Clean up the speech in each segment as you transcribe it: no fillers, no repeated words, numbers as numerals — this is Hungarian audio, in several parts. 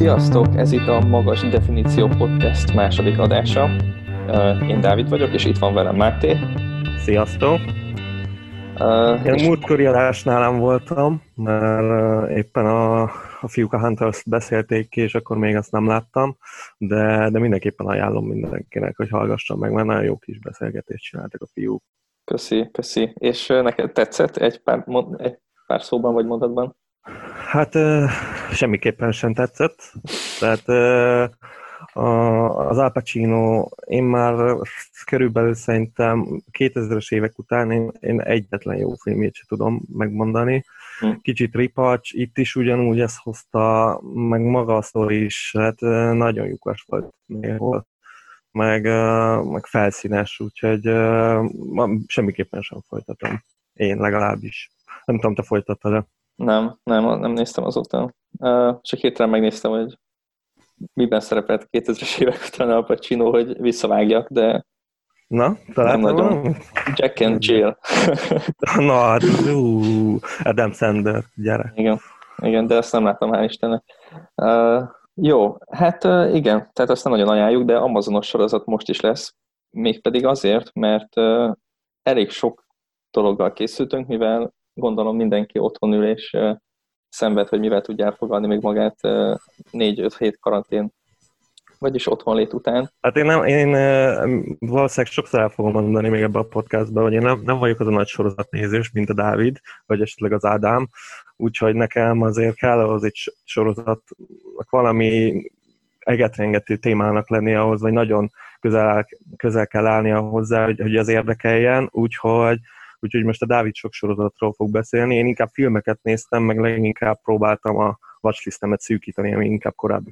Sziasztok! Ez itt a Magas Definíció Podcast második adása. Én Dávid vagyok, és itt van velem Máté. Sziasztok! Én a múltkori adásnál nem voltam, mert éppen a fiúk a Hunters beszélték ki, és akkor még azt nem láttam, de mindenképpen ajánlom mindenkinek, hogy hallgassam meg, mert nagyon jó kis beszélgetést csináltak a fiúk. Köszi. És neked tetszett egy pár szóban vagy mondatban? Hát semmiképpen sem tetszett. Tehát az Al Pacino, én már körülbelül szerintem 2000-es évek után én egyetlen jó filmjét sem tudom megmondani. Kicsit ripacs, itt is ugyanúgy ezt hozta, meg maga a sztori is, hát nagyon lyukas volt néhol, meg felszínes, úgyhogy semmiképpen sem folytatom. Én legalábbis. Nem tudom, te folytattad-e? Nem néztem azóta. Csak hirtelen megnéztem, hogy miben szerepelt 2000-es évek után Al Pacino, hogy visszavágjak, de na, nem nagyon. Jack and Jill. Na, hát, Adam Sandler, gyere. Igen, de ezt nem láttam, hál' Istennek. Jó, hát igen, tehát azt nem nagyon ajánljuk, de Amazonos sorozat most is lesz. Mégpedig azért, mert elég sok dologgal készültünk, mivel gondolom mindenki otthon ül és szenved, hogy mivel tudja elfogadni még magát 4-5 hét karantén, vagyis otthonlét után. Hát én valószínűleg sokszor el fogom mondani még ebben a podcastban, hogy én nem vagyok az a nagy sorozatnézős, mint a Dávid, vagy esetleg az Ádám, úgyhogy nekem azért kell ahhoz egy sorozat, valami egetrengető témának lenni ahhoz, vagy nagyon közel kell állnia hozzá, hogy az érdekeljen, úgyhogy most a Dávid sok sorozatról fog beszélni. Én inkább filmeket néztem, meg leginkább próbáltam a watchlistemet szűkíteni, ami inkább korábbi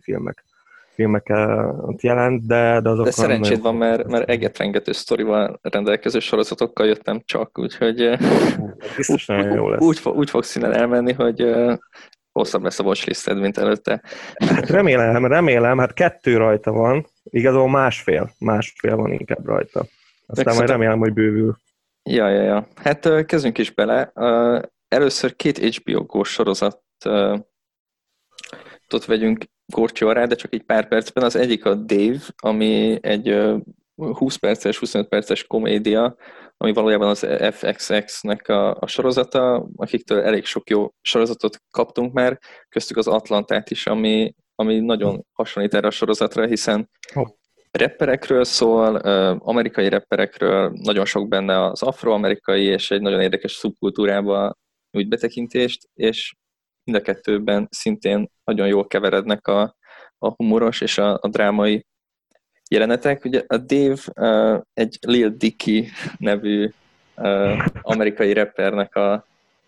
filmeket jelent, de azok... De szerencséd van, mert egetrengető sztorival rendelkező sorozatokkal jöttem csak, úgyhogy biztos nagyon jó lesz. Úgy fogsz innen elmenni, hogy hosszabb lesz a watchlisted, mint előtte. Hát remélem, hát 2 rajta van, igazából másfél van inkább rajta. Aztán majd remélem, hogy bővül. Ja. Hát kezdjünk is bele. Először 2 HBO Go sorozatot vegyünk górcső alá, de csak egy pár percben. Az egyik a Dave, ami egy 20 perces, 25 perces komédia, ami valójában az FXX-nek a sorozata, akiktől elég sok jó sorozatot kaptunk már, köztük az Atlantát is, ami nagyon hasonlít erre a sorozatra, hiszen rapperekről szól, amerikai rapperekről, nagyon sok benne az afroamerikai, és egy nagyon érdekes szubkultúrába úgy betekintést, és mind a kettőben szintén nagyon jól keverednek a humoros és a drámai jelenetek. Ugye a Dave egy Lil Dicky nevű amerikai rappernek a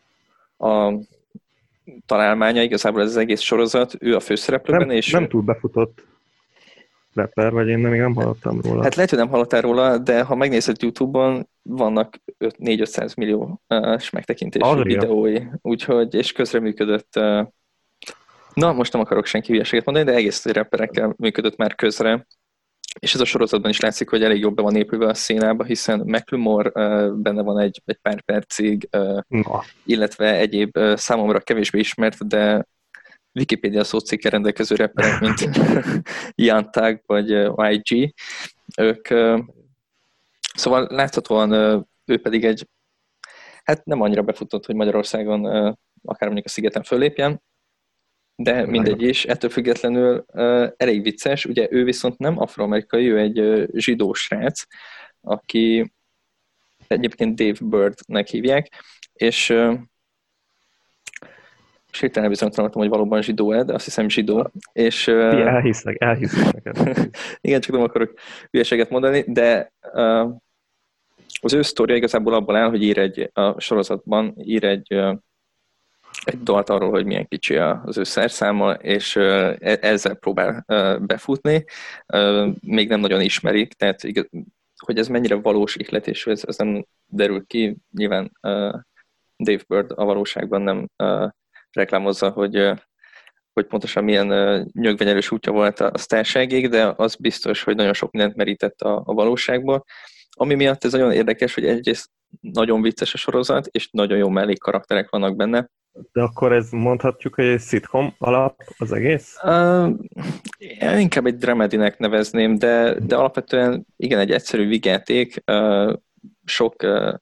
találmánya, igazából ez az egész sorozat, ő a főszereplőben. Nem túl befutott rapper, vagy én még nem hallottam róla. Hát lehet, hogy nem hallottál róla, de ha megnézed YouTube-on, vannak 400-500 millió megtekintésű videói, úgyhogy, és közreműködött, na most nem akarok senki hülyeséget mondani, de egész rapperekkel működött már közre, és ez a sorozatban is látszik, hogy elég jobban van épülve a színába, hiszen Macklemore benne van egy pár percig, illetve egyéb számomra kevésbé ismert, de Wikipédia szócikkel rendelkező rapperek, mint Young Thug vagy YG. Ők, szóval láthatóan ő pedig hát nem annyira befutott, hogy Magyarországon akár mondjuk a Szigeten föllépjen, de mindegy is, ettől függetlenül elég vicces. Ugye ő viszont nem afroamerikai, ő egy zsidó srác, aki egyébként Dave Birdnek hívják, és hirtelen bizonytalanodtam, hogy valóban zsidó-e, de azt hiszem zsidó. És, elhiszek neked. Igen, csak nem akarok hülyeséget mondani, de az ő sztória igazából abból áll, hogy a sorozatban ír egy dalt arról, hogy milyen kicsi az ő szerszáma, és ezzel próbál befutni. Még nem nagyon ismerik, tehát hogy ez mennyire valós ihlet, és ez nem derül ki. Nyilván Dave Bird a valóságban nem reklámozza, hogy pontosan milyen nyögvenyelős útja volt a sztárságig, de az biztos, hogy nagyon sok mindent merített a valóságból. Ami miatt ez nagyon érdekes, hogy egyrészt nagyon vicces a sorozat, és nagyon jó mellékkarakterek vannak benne. De akkor ez mondhatjuk, hogy egy szitkom alap az egész? Én inkább egy dramedinek nevezném, de alapvetően igen, egy egyszerű vigyáték, sok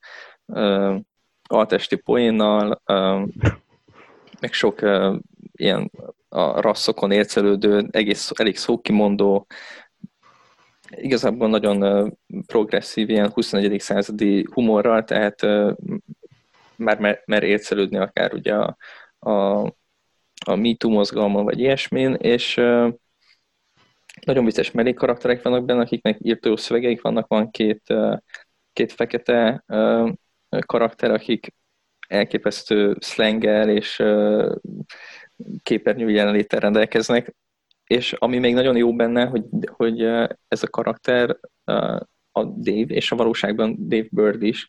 altesti poénnal, meg sok ilyen a rasszokon ércelődő, elég szókimondó, igazából nagyon progresszív, ilyen 21. századi humorral, tehát már mer ércelődni akár ugye a Me Too mozgalma, vagy ilyesmin, és nagyon vicces mellékkarakterek vannak benne, akiknek írtó szövegeik vannak, van két fekete karakter, akik elképesztő szlenggel és képernyő jelenléttel rendelkeznek, és ami még nagyon jó benne, hogy ez a karakter, a Dave, és a valóságban Dave Bird is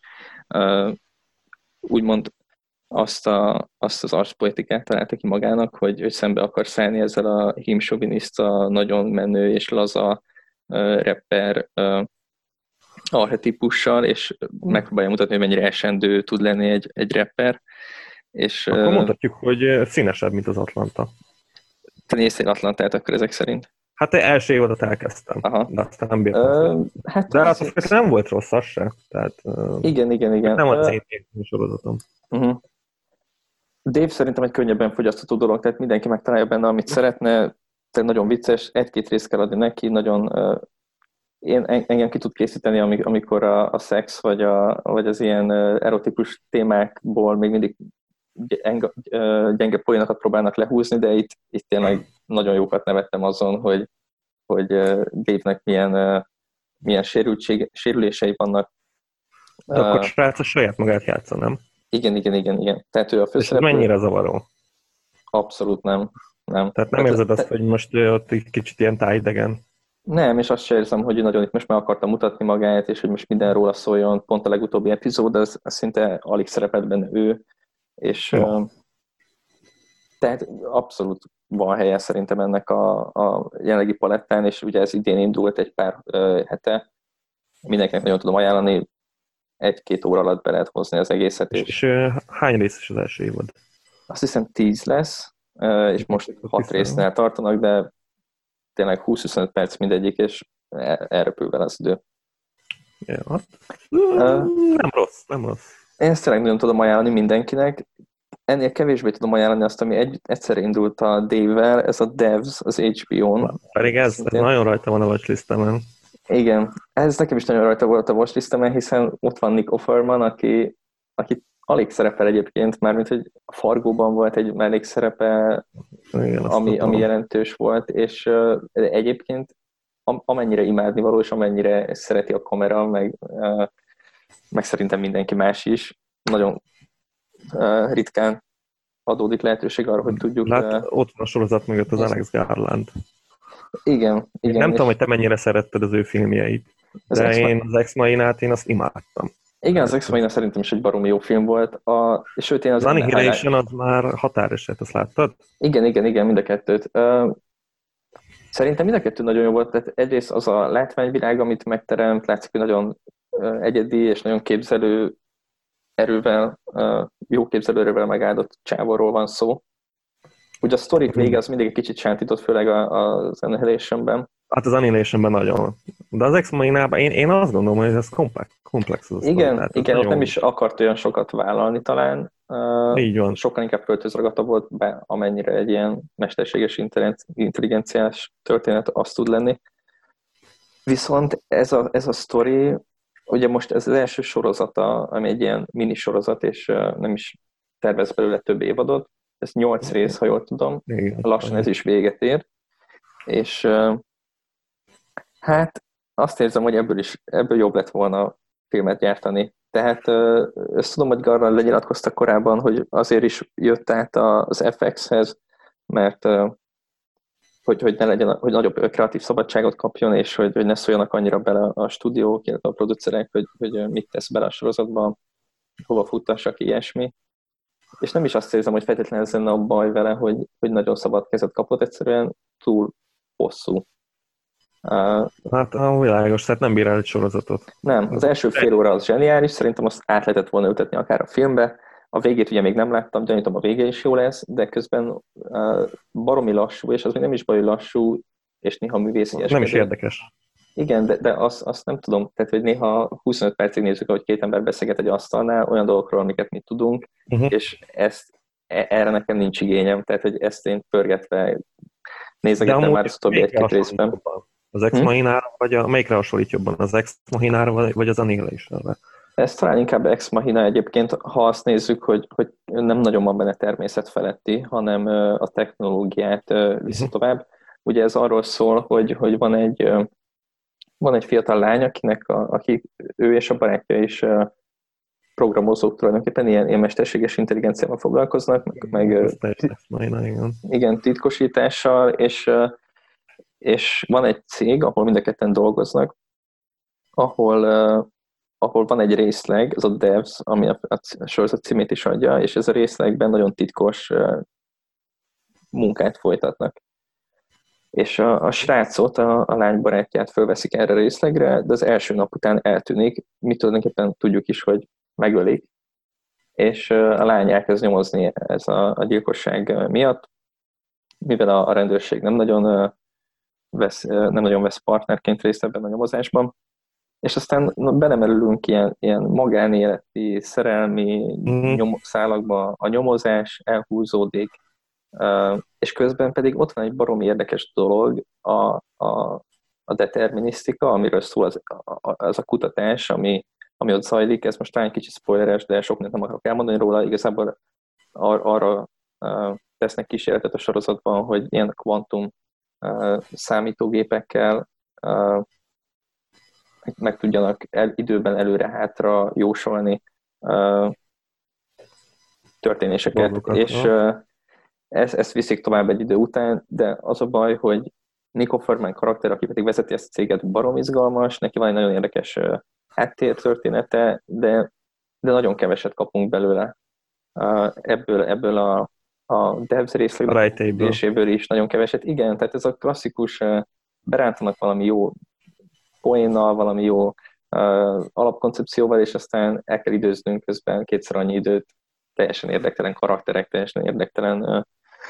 úgymond azt az arcpolitikát találta ki magának, hogy szembe akar szállni ezzel a hímsoviniszta, nagyon menő és laza rapper archetípussal, és megpróbálja mutatni, hogy mennyire esendő tud lenni egy rapper. És, akkor mondhatjuk, hogy színesebb, mint az Atlanta. Te néztél Atlantát akkor ezek szerint? Hát első évadat elkezdtem, aha. De aztán nem bírtam. Hát de az nem volt rossz, az se. Tehát, igen. Nem az én sorozatom. Uh-huh. Dave szerintem egy könnyebben fogyasztható dolog, tehát mindenki megtalálja benne, amit szeretne, tehát nagyon vicces, egy-két részt kell adni neki, nagyon engem ki tud készíteni, amikor a szex vagy az ilyen erotikus témákból még mindig gyenge poénokat próbálnak lehúzni, de itt tényleg nagyon jókat nevettem azon, hogy Dave-nek milyen sérülései vannak. De akkor srác a saját magát játsza, nem? Igen. Tehát ő a főszereplő. És mennyire zavaró? Abszolút nem. Tehát nem érzed azt, hogy most ott egy kicsit ilyen tájidegen? Nem, és azt sem érzem, hogy nagyon itt most meg akarta mutatni magát, és hogy most minden róla szóljon. Pont a legutóbbi epizód, az szinte alig szerepelt benne ő, és tehát abszolút van helye szerintem ennek a jelenlegi palettán, és ugye ez idén indult egy pár hete. Mindenkinek nagyon tudom ajánlani, 1-2 óra alatt be lehet hozni az egészet. És hány részes az első évad? Azt hiszem 10 lesz, és most 6 résznél tartanak, de tényleg 20-25 perc mindegyik, és elrepül vele az idő. Ja. Nem rossz. Én ezt tényleg nagyon tudom ajánlani mindenkinek. Ennél kevésbé tudom ajánlani azt, ami egyszer indult a Dave-vel, ez a Devs az HBO-n. Pedig ez nagyon rajta van a watchlistemen. Igen, ez nekem is nagyon rajta volt a watchlistemen, hiszen ott van Nick Offerman, aki alig szerepel egyébként, mármint, hogy a Fargóban volt egy mellékszerepe, ami jelentős volt, és egyébként amennyire imádnivaló, és amennyire szereti a kamera, meg szerintem mindenki más is, nagyon ritkán adódik lehetőség arra, hogy tudjuk... Ott van a sorozat mögött az Alex Garland. Igen. Nem tudom, hogy te mennyire szeretted az ő filmjeit, de én az Ex Machinát azt imádtam. Igen, az Ex Machina szerintem is egy baromi jó film volt. Sőt, én az Annihilation az már határeset, azt láttad? Igen, mind a kettőt. Szerintem mind a kettő nagyon jó volt. Tehát egyrészt az a látványvilág, amit megteremt, látszik, hogy nagyon egyedi és nagyon képzelő erővel, jó képzelőerővel megáldott csávóról van szó. Ugye a sztorit vége az mindig egy kicsit sántított, főleg az Annihilation-ben. Hát az Annihilation-ben nagyon. De az Ex Machinában én azt gondolom, hogy ez komplex az igen, ott nem is akart olyan sokat vállalni talán. Így van. Sokkal inkább földhözragata volt be, amennyire egy ilyen mesterséges intelligenciás történet azt tud lenni. Viszont ez a sztori, ugye most ez az első sorozata, ami egy ilyen mini sorozat, és nem is tervez belőle több évadot. Ez 8 rész, ha jól tudom. Igen. Lassan ez is véget ér. És hát azt érzem, hogy ebből jobb lett volna filmet gyártani. Tehát ezt tudom, hogy Garland lenyilatkozta korábban, hogy azért is jött át az FX-hez, mert hogy ne legyen, hogy nagyobb kreatív szabadságot kapjon, és hogy ne szóljanak annyira bele a stúdiók, illetve a producerek, hogy mit tesz bele a sorozatba, hova futtassak, ilyesmi. És nem is azt érzem, hogy feltétlenül ez lenne a baj vele, hogy nagyon szabad kezet kapott, egyszerűen túl hosszú. Hát világos, tehát nem bír el egy sorozatot. Nem, az első fél óra az zseniális, szerintem azt át lehetett volna ültetni akár a filmbe, A végét ugye még nem láttam, gyanítom a vége is jó lesz, de közben baromi lassú, és az még nem is baj, lassú, és néha művészieskedő. Nem is érdekes. Igen, de azt nem tudom, tehát hogy néha 25 percig nézzük, ahogy két ember beszélget egy asztalnál, olyan dolgokról, amiket mi tudunk, és erre nekem nincs igényem, tehát hogy ezt én pörgetve nézegettem már az utóbbi egy-két részben. Az Ex Machinára, melyikre hasonlít jobban? Az Ex Machinára, vagy az Annihilation-re? Ez talán inkább Ex Machina egyébként, ha azt nézzük, hogy nem nagyon van benne természet feletti, hanem a technológiát vissza tovább. Ugye ez arról szól, hogy van egy fiatal lány, aki ő és a barátja is programozók tulajdonképpen, ilyen mesterséges intelligenciával foglalkoznak, igen, titkosítással, és van egy cég, ahol mind a ketten dolgoznak, ahol van egy részleg, ez a Devs, ami a sorozat címét is adja, és ez a részlegben nagyon titkos munkát folytatnak. És a srácot, a lány barátját fölveszik erre a részlegre, de az első nap után eltűnik, mi tulajdonképpen tudjuk is, hogy megölik, és a lány elkezd nyomozni ez a gyilkosság miatt, mivel a rendőrség nem nagyon vesz partnerként részt ebben a nyomozásban, és aztán belemerülünk ilyen magánéleti, szerelmi szálakba, a nyomozás elhúzódik, és közben pedig ott van egy baromi érdekes dolog, a determinisztika, amiről szól az a kutatás, ami ott zajlik, ez most talán kicsit spoileres, de sok nem akarok elmondani róla, igazából arra tesznek kísérletet a sorozatban, hogy ilyen kvantum számítógépekkel meg tudjanak időben jósolni történéseket, és ezt viszik tovább egy idő után, de az a baj, hogy Nico Offerman karakter, aki pedig vezeti ezt a céget, barom izgalmas, neki van egy nagyon érdekes háttértörténete, de nagyon keveset kapunk belőle. Ebből a devs részletből is nagyon keveset. Igen, tehát ez a klasszikus, berántanak valami jó poénnal, valami jó alapkoncepcióval, és aztán el kell időznünk közben kétszer annyi időt, teljesen érdektelen karakterek, teljesen érdektelen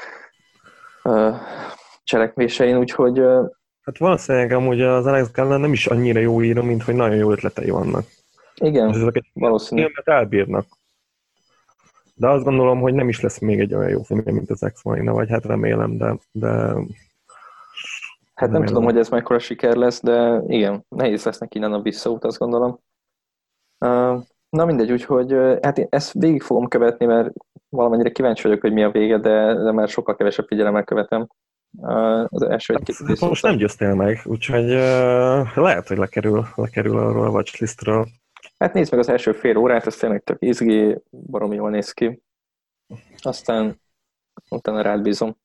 cselekvésein, úgyhogy... Hát valószínűleg amúgy az Alex Garland nem is annyira jó író, mint hogy nagyon jó ötletei vannak. Igen, valószínűleg. Filmet elbírnak. De azt gondolom, hogy nem is lesz még egy olyan jó film, mint az Ex Machina, vagy hát remélem, de... Hát nem tudom, hogy ez mekkora siker lesz, de igen, nehéz lesz neki innen a visszaút, azt gondolom. Na mindegy, úgyhogy hát én ezt végig fogom követni, mert valamennyire kíváncsi vagyok, hogy mi a vége, de már sokkal kevesebb figyelemmel követem az első egy-két részt. Most nem győztél meg, úgyhogy lehet, hogy lekerül arról a watchlistről. Hát nézd meg az első fél órát, ez tényleg tök izgi, baromi jól néz ki. Aztán utána rád bízom.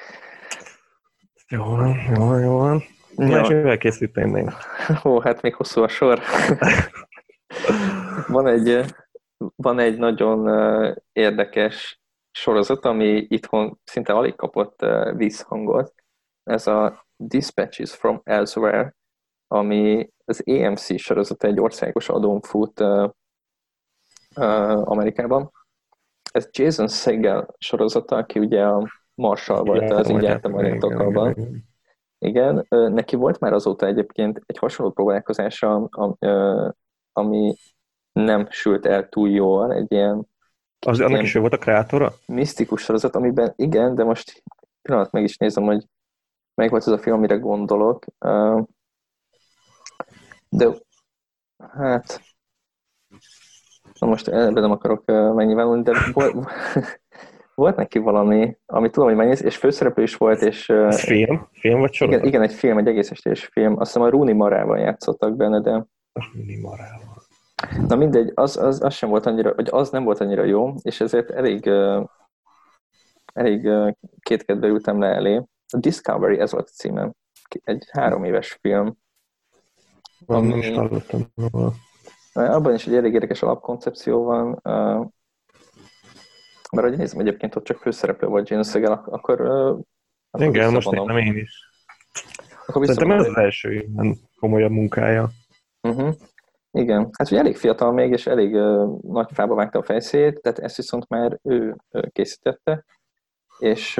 Jó van. Ja. És mivel készültél még? Ó, hát még hosszú a sor. Van egy nagyon érdekes sorozat, ami itthon szinte alig kapott vízhangot. Ez a Dispatches from Elsewhere, ami az AMC sorozat, egy országos adón fut Amerikában. Ez Jason Segel sorozata, aki ugye a Marshall volt az Így Maritokalban. Igen, neki volt már azóta egyébként egy hasonló próbálkozása, ami nem sült el túl jól, egy ilyen... Annak is ő volt a kreátora? Misztikus sorozat, amiben igen, de most pillanat meg is nézem, hogy melyik volt az a film, amire gondolok. De hát... Na most ebben nem akarok megnyilvánulni, de volt neki valami, amit tudom, hogy megnéz, és főszereplő is volt, és... Ez film? Film vagy sorozat? Igen, egy film, egy egész estés film. Azt hiszem a Rooney Marával játszottak benne, de... A Rooney Marával. Na mindegy, az sem volt annyira, vagy az nem volt annyira jó, és ezért elég kétkedve ültem le elé. A Discovery, ez volt a címe. Egy 3 éves film. Nem is hallottam róla. Abban is egy elég érdekes alapkoncepció van. Mert ahogy nézem, egyébként ott csak főszereplő volt Jason Segel, akkor igen, most nézem én is. Szerintem ez az első ilyen komolyabb munkája. Igen, hát ugye elég fiatal még, és elég nagy fába vágta a fejszét, tehát ezt viszont már ő készítette, és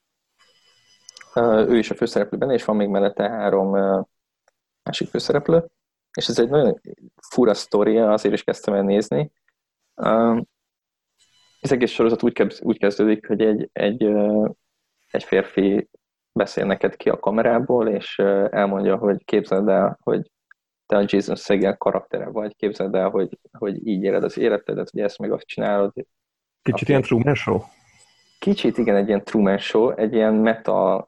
ő is a főszereplő benne, és van még mellette 3 másik főszereplő, és ez egy nagyon fura sztoria, azért is kezdtem el nézni. Az egész sorozat úgy kezdődik, hogy egy férfi beszél neked ki a kamerából, és elmondja, hogy képzeld el, hogy te a Jason Segel karaktere vagy, képzeld el, hogy így éled az életedet, hogy ezt meg azt csinálod. Kicsit ilyen Truman Show? Kicsit igen, egy ilyen Truman Show, egy ilyen meta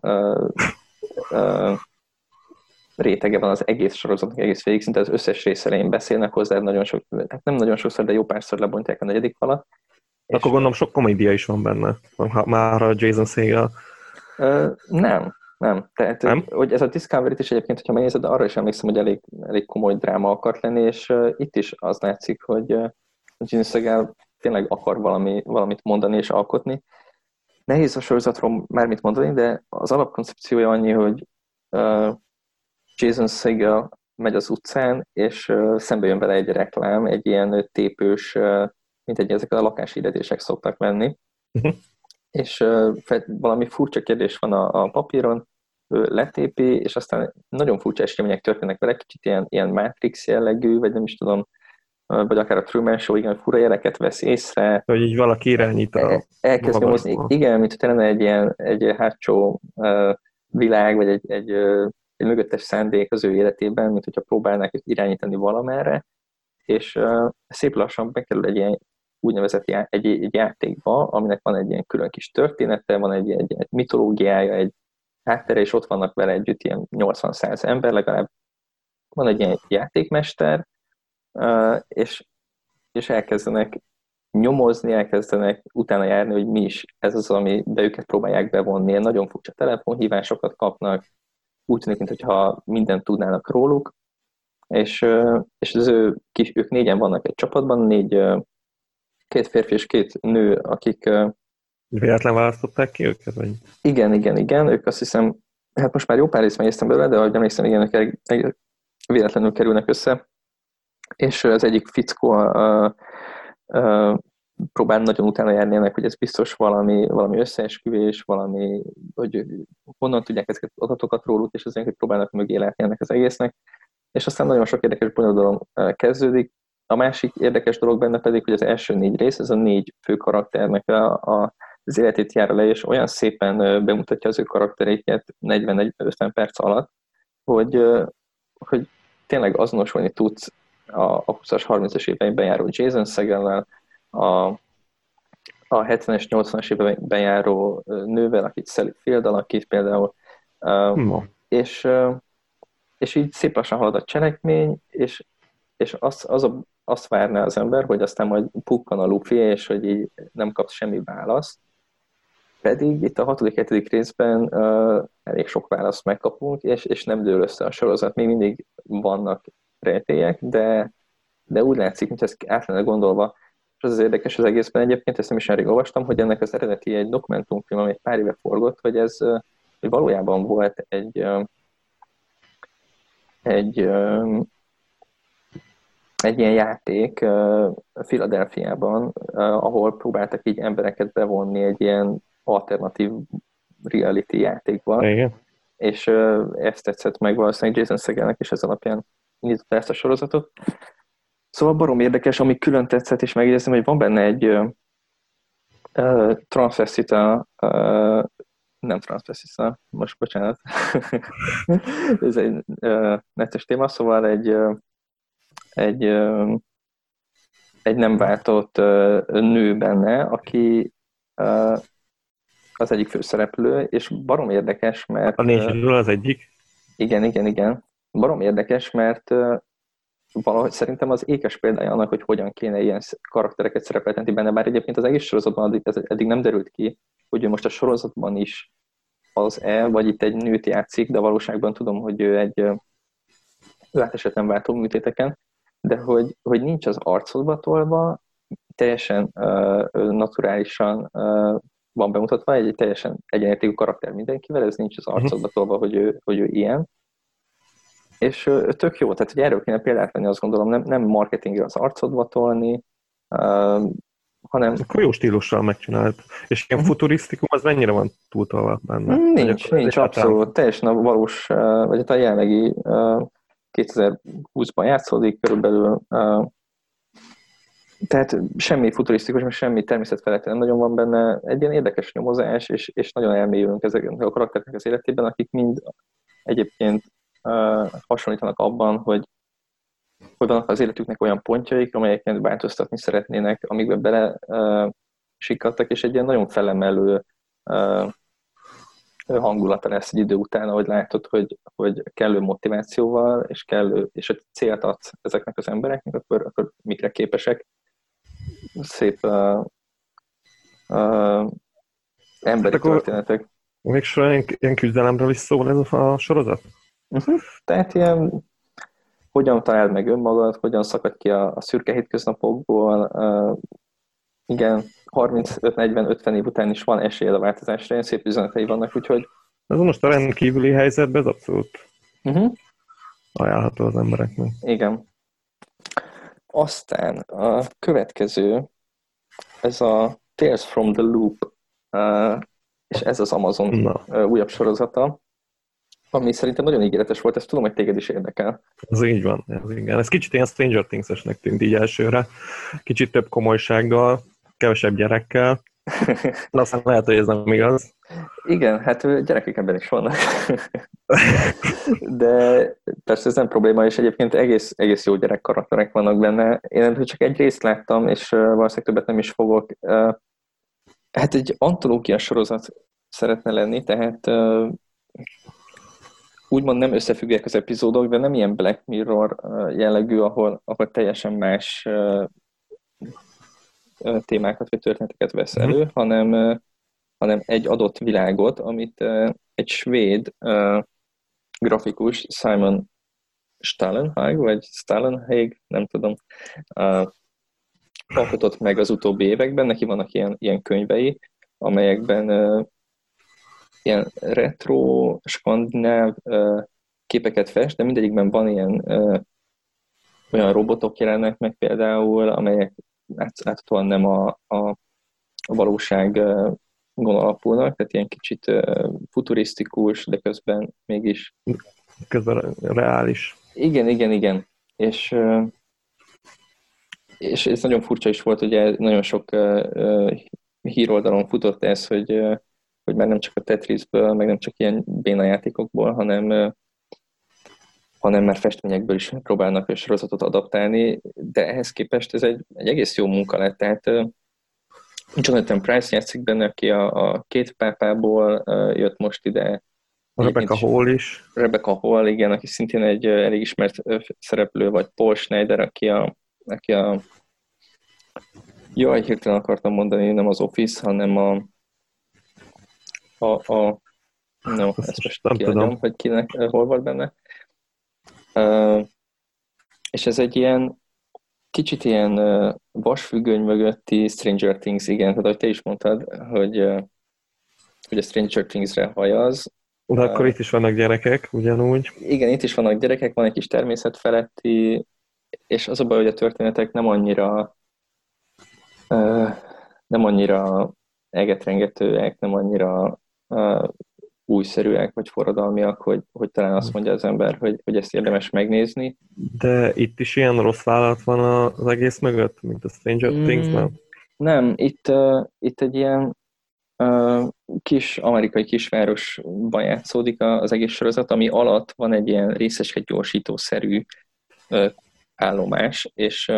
rétege van az egész sorozatnak, egész végig, szinte az összes rész elején beszélnek hozzá, nagyon sok, hát nem nagyon sokszor, de jó párszor lebontják a 4. falat. Akkor gondolom sok komédia is van benne, már a Jason Segel. Nem. Tehát, nem? hogy ez a Discovery-t is egyébként, hogyha megnézed, arra is emlékszem, hogy elég komoly dráma akart lenni, és itt is az látszik, hogy Jason Segel tényleg akar valamit mondani és alkotni. Nehéz a sorozatról már mit mondani, de az alapkoncepciója annyi, hogy Jason Segel megy az utcán, és szembe jön vele egy reklám, egy ilyen tépős, mint ezek a lakáshirdetések szoktak menni. Uh-huh. És valami furcsa kérdés van a papíron, ő letépi, és aztán nagyon furcsa események történnek vele, kicsit ilyen Matrix jellegű, vagy nem is tudom, vagy akár a Truman Show, igen, fura jeleket vesz észre. Hogy így valaki irányít a elkezd nyomozni, igen, mint hogy lenne egy hátsó világ, vagy egy mögöttes szándék az ő életében, mint hogyha próbálnák irányítani valamerre, és szép lassan bekerül egy ilyen úgynevezett egy játékba, aminek van egy ilyen külön kis története, van egy mitológiája, egy háttere, és ott vannak vele együtt ilyen 80-100 ember, legalább van egy ilyen játékmester, és elkezdenek nyomozni, elkezdenek utána járni, hogy mi is ez az, ami be őket próbálják bevonni. Ilyen nagyon furcsa telefonhívásokat kapnak, úgy tűnik, mintha mindent tudnának róluk, és ők 4-en vannak egy csapatban, 2 férfi és 2 nő, akik... Véletlen választották ki őket? Vagy? Igen, ők azt hiszem, hát most már jó pár részt megnéztem belőle, de ahogy emlékszem, igen, ők véletlenül kerülnek össze, és az egyik fickó próbál nagyon utána járni ennek, hogy ez biztos valami összeesküvés, hogy honnan tudják ezeket az adatokat róluk, és azért, hogy próbálnak mögé látni ennek az egésznek. És aztán nagyon sok érdekes bonyodalom kezdődik. A másik érdekes dolog benne pedig, hogy az első 4 rész, ez a 4 fő karakternek az életét jár le, és olyan szépen bemutatja az ő karaktereiket 40-50 perc alatt, hogy tényleg azonosulni tudsz a 20-as, 30-as években járó Jason Segellel, a 70-es, 80-as években járó nővel, akit Sally Field alakít például, és így szép lassan halad a cselekmény, és azt várná az ember, hogy aztán majd pukkan a lufi, és hogy így nem kapsz semmi választ. Pedig itt a 6.-7. részben elég sok választ megkapunk, és nem dől össze a sorozat. Még mindig vannak rejtélyek, de úgy látszik, mint ezt át lenne gondolva. És az érdekes az egészben egyébként, ezt nem is elég olvastam, hogy ennek az eredeti egy dokumentumfilm, ami egy pár éve forgott, hogy hogy valójában volt egy ilyen játék Philadelphiában, ahol próbáltak így embereket bevonni egy ilyen alternatív reality játékba. Igen. És ezt tetszett meg valószínűleg Jason Segelnek, és ez alapján indította ezt a sorozatot. Szóval barom érdekes, ami külön tetszett, és megjegyeztem, hogy van benne egy transvestita, nem transvestita, most bocsánat, ez egy netes téma, szóval egy nem váltott nő benne, aki az egyik főszereplő, és barom érdekes, mert... A négyről az egyik? Igen. Barom érdekes, mert valahogy szerintem az ékes példája annak, hogy hogyan kéne ilyen karaktereket szerepeltetni benne, bár egyébként az egész sorozatban eddig nem derült ki, hogy ő most a sorozatban is az-e, vagy itt egy nőt játszik, de valóságban tudom, hogy ő átesett nem váltó műtéteken, de hogy nincs az arcodba tolva, teljesen naturálisan van bemutatva, egy teljesen egyenértékű karakter mindenkivel, ez nincs az arcodba tolva, hogy ő ilyen. és tök jó, tehát hogy erről kéne példát venni, azt gondolom, nem marketingre az arcodba tolni, hanem... Akkor jó stílussal megcsinált. És ilyen futurisztikum, az mennyire van túltolva benne? Nincs, abszolút. Teljesen a valós, vagy hát a jelenlegi 2020-ban játszódik körülbelül. Tehát semmi futurisztikus, meg semmi természetfeletti nem nagyon van benne. Egy ilyen érdekes nyomozás, és nagyon elmélyülünk ezeknek a karakterek az életében, akik mind egyébként hasonlítanak abban, hogy vannak az életüknek olyan pontjaik, amelyeket változtatni szeretnének, amikbe bele sikkadtak, és egy ilyen nagyon felemelő hangulata lesz egy idő után, ahogy látod, hogy kellő motivációval, és egy célt adsz ezeknek az embereknek, akkor mikre képesek. Szép emberi történetek. Végsősorban ilyen küzdelemről is szól ez a sorozat? Tehát ilyen, hogyan találd meg önmagad, hogyan szakad ki a szürke hétköznapokból. Igen, 35-40-50 év után is van esély a változásra, ilyen szép üzenetei vannak, úgyhogy... Ez most a rendkívüli helyzetben ez abszolút ajánlható az embereknek. Igen. Aztán a következő, ez a Tales from the Loop, és ez az Amazon újabb sorozata, ami szerintem nagyon ígéretes volt, ezt tudom, hogy téged is érdekel. Ez így van, igen. Ez kicsit ilyen Stranger Things-esnek tűnt így elsőre. Kicsit több komolysággal, kevesebb gyerekkel. De aztán lehet, hogy ez nem igaz. Igen, hát gyerekek ebben is vannak. De persze ez nem probléma, és egyébként egész jó gyerek karakterek vannak benne. Én csak egy részt láttam, és valószínűleg többet nem is fogok. Hát egy antológia sorozat szeretne lenni, tehát úgymond nem összefüggőek az epizódok, de nem ilyen Black Mirror jellegű, ahol teljesen más témákat vagy történeteket vesz elő, hanem egy adott világot, amit egy svéd grafikus, Simon Stalenhag, vagy Stalenhag, nem tudom, alkotott meg az utóbbi években. Neki vannak ilyen könyvei, amelyekben ilyen retro, skandináv képeket fest, de mindegyikben van ilyen olyan robotok jelennek meg például, amelyek áthatóan nem a valóságon alapulnak, tehát ilyen kicsit futurisztikus, de közben mégis... Közben reális. Igen. És ez nagyon furcsa is volt, ugye nagyon sok híroldalon futott ez, hogy már nem csak a Tetrisből, meg nem csak ilyen béna játékokból, hanem már festményekből is próbálnak a sorozatot adaptálni, de ehhez képest ez egy egész jó munka lett. Tehát Jonathan Pryce játszik benne, aki a két pápából jött most ide. Rebecca Hall is. Rebecca Hall, igen, aki szintén egy elég ismert szereplő, vagy Paul Schneider, aki a jaj, hirtelen akartam mondani, nem az Office, hanem ezt most kiadjam, hogy kinek hol volt benne. És ez egy ilyen kicsit ilyen vasfüggöny mögötti Stranger Things, igen, tehát ahogy te is mondtad, hogy a Stranger Things-re hajaz. De akkor itt is vannak gyerekek, ugyanúgy. Igen, itt is vannak gyerekek, van egy kis természetfeletti, és az a baj, hogy a történetek nem annyira egetrengetőek, nem annyira újszerűek, vagy forradalmiak, hogy talán azt mondja az ember, hogy ezt érdemes megnézni. De itt is ilyen rossz vállalat van az egész mögött, mint a Stranger Things-ben? Nem, itt egy ilyen kis amerikai kisvárosban játszódik az egész sorozat, ami alatt van egy ilyen részecskegyorsító-szerű állomás, és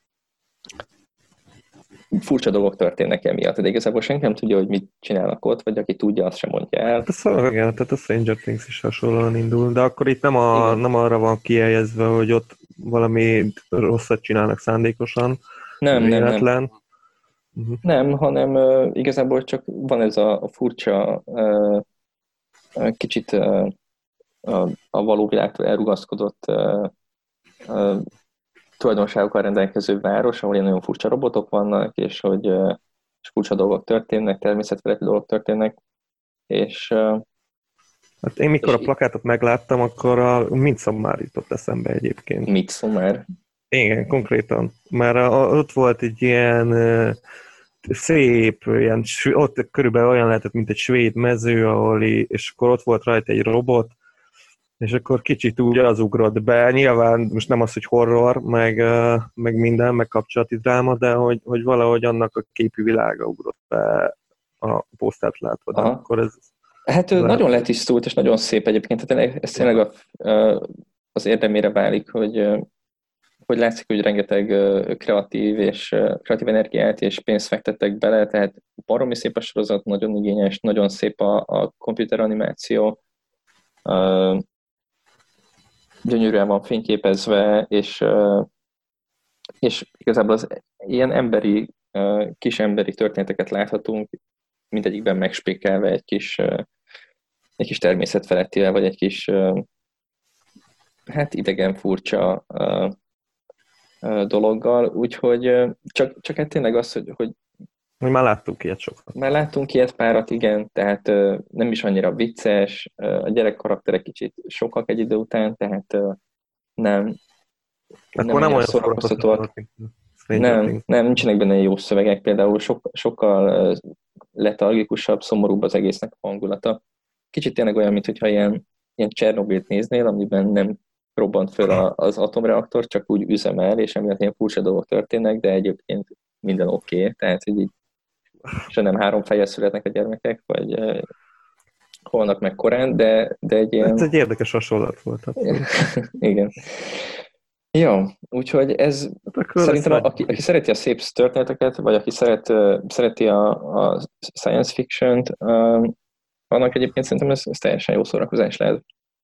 furcsa dolgok történnek emiatt, de igazából senki nem tudja, hogy mit csinálnak ott, vagy aki tudja, azt sem mondja el. Igen, tehát a Stranger Things is hasonlóan indul, de akkor itt nem arra van kijeljezve, hogy ott valami rosszat csinálnak szándékosan. Nem. Nem, hanem igazából csak van ez a furcsa, kicsit a való világtól elrugaszkodott tulajdonságokkal rendelkező város, ahol ilyen nagyon furcsa robotok vannak, és hogy furcsa dolgok történnek, természetfeletti dolgok történnek, és Hát én mikor a plakátot megláttam, akkor a Midsommar jutott eszembe egyébként. Midsommar? Igen, konkrétan. Mert ott volt egy ilyen szép, ilyen, ott körülbelül olyan lehetett, mint egy svéd mező, és akkor ott volt rajta egy robot, és akkor kicsit úgy az ugrott be. Nyilván most nem az, hogy horror, meg minden, meg kapcsolati dráma, de hogy valahogy annak a képi világa ugrott be a posztert látva. De akkor ez hát nagyon letisztult, és nagyon szép egyébként. Tehát ez tényleg az érdemére válik, hogy látszik, hogy rengeteg kreatív energiát és pénzt fektettek bele, tehát baromi szép a sorozat, nagyon igényes, nagyon szép a komputeranimáció, gyönyörűen van fényképezve, és igazából az ilyen kis emberi történeteket láthatunk, mindegyikben megspékelve egy kis természetfelettivel, vagy egy kis hát idegen furcsa dologgal, úgyhogy csak hát tényleg az, hogy már láttunk ilyet sokat. Már láttunk ilyet párat, igen, tehát nem is annyira vicces, a gyerek karakterek kicsit sokak egy idő után, tehát nem olyan szórakoztatóak. Nem, nincsenek benne jó szövegek, például sokkal letargikusabb, szomorúbb az egésznek a hangulata. Kicsit tényleg olyan, mintha ilyen Csernobilt néznél, amiben nem robbant föl az atomreaktor, csak úgy üzemel, és emiatt ilyen furcsa dolgok történnek, de egyébként minden oké, tehát hogy így se nem 3 fejjel születnek a gyermekek, vagy holnak meg korán, de egy ilyen... Ez egy érdekes hasonlat volt. Igen. Jó, úgyhogy ez szerintem, aki szereti a szép történeteket, vagy aki szereti a science fiction-t, annak egyébként szerintem ez teljesen jó szórakozás lehet.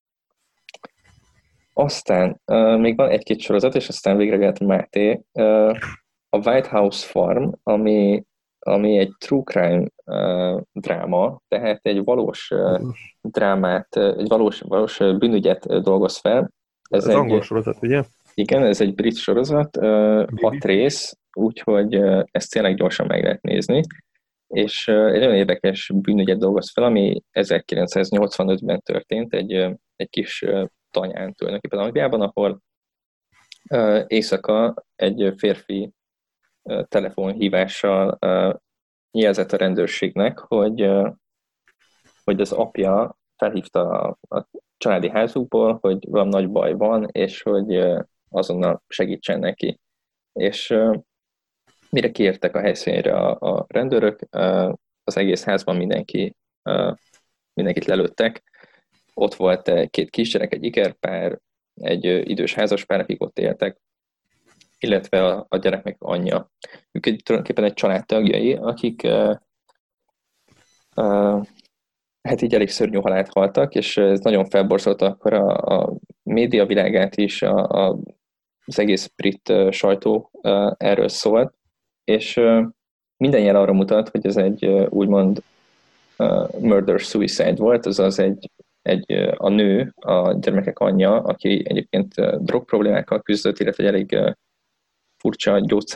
Aztán még van egy-két sorozat, és aztán végre lehet Máté. A White House Farm, ami egy true crime dráma, tehát egy valós drámát, egy valós bűnügyet dolgoz fel. Ez egy angol sorozat, ugye? Igen, ez egy brit sorozat, 6 rész, úgyhogy ezt tényleg gyorsan meg lehet nézni. És egy nagyon érdekes bűnügyet dolgoz fel, ami 1985-ben történt egy kis tanyán tulajdonképpen Angliában, ahol éjszaka egy férfi telefonhívással jelzett a rendőrségnek, hogy az apja felhívta a családi házukból, hogy valami nagy baj van, és hogy azonnal segítsen neki. És mire kiértek a helyszínre a rendőrök, az egész házban mindenkit lelőttek. Ott volt 2 kisgyerek, egy ikerpár, egy idős házaspár, akik ott éltek, illetve a gyermek anyja. Ők tulajdonképpen egy családtagjai, akik hát így elég szörnyű halált haltak, és ez nagyon felborzolta akkor a média világát is, az egész brit sajtó erről szólt, és minden jel arra mutat, hogy ez egy úgymond murder-suicide volt, azaz a nő, a gyermekek anyja, aki egyébként drogproblémákkal küzdött, illetve egy elég furcsa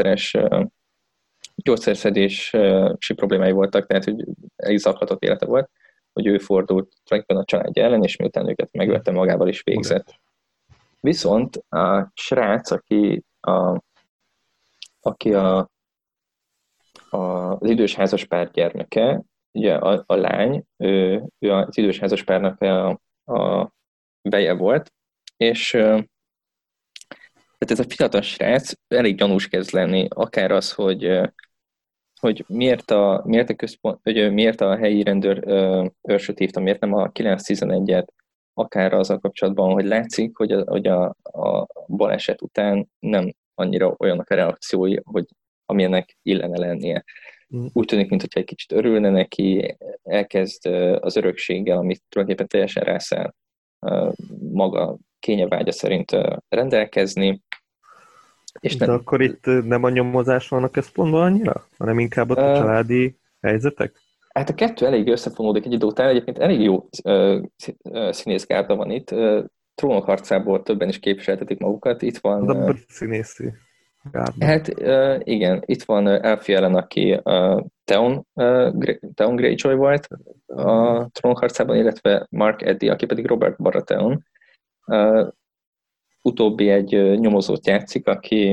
gyógyszerszedési problémái voltak, tehát hogy elég zaklatott élete volt, hogy ő fordult tulajdonképpen a családja ellen, és miután őket megvette, magával is végzett. Viszont a srác, aki az idős házaspár gyermeke, ugye a lány, ő az idős házaspárnak a veje volt, és tehát ez a fiatal srác elég gyanús kezd lenni, akár az, hogy miért a helyi rendőr őrsöt hívta, miért nem a 911-et, akár azzal kapcsolatban, hogy látszik, hogy a baleset után nem annyira olyanok a reakciói, hogy amilyennek illene lennie. Úgy tűnik, mintha egy kicsit örülne neki, elkezd az örökséggel, amit tulajdonképpen teljesen rászáll maga kényevágya szerint rendelkezni. De akkor itt nem a nyomozás van a központban annyira, hanem inkább a családi helyzetek? Hát a kettő elég összefonódik egy idő után, egyébként elég jó színészgárda van itt. Trónok harcából többen is képviseltetik magukat. Itt van... Az a brit színészi gárda. Hát igen, itt van Alfie Allen, aki Theon Greyjoy volt, a Trónharcában, illetve Mark Eddy, aki pedig Robert Baratheon. Utóbbi egy nyomozót játszik,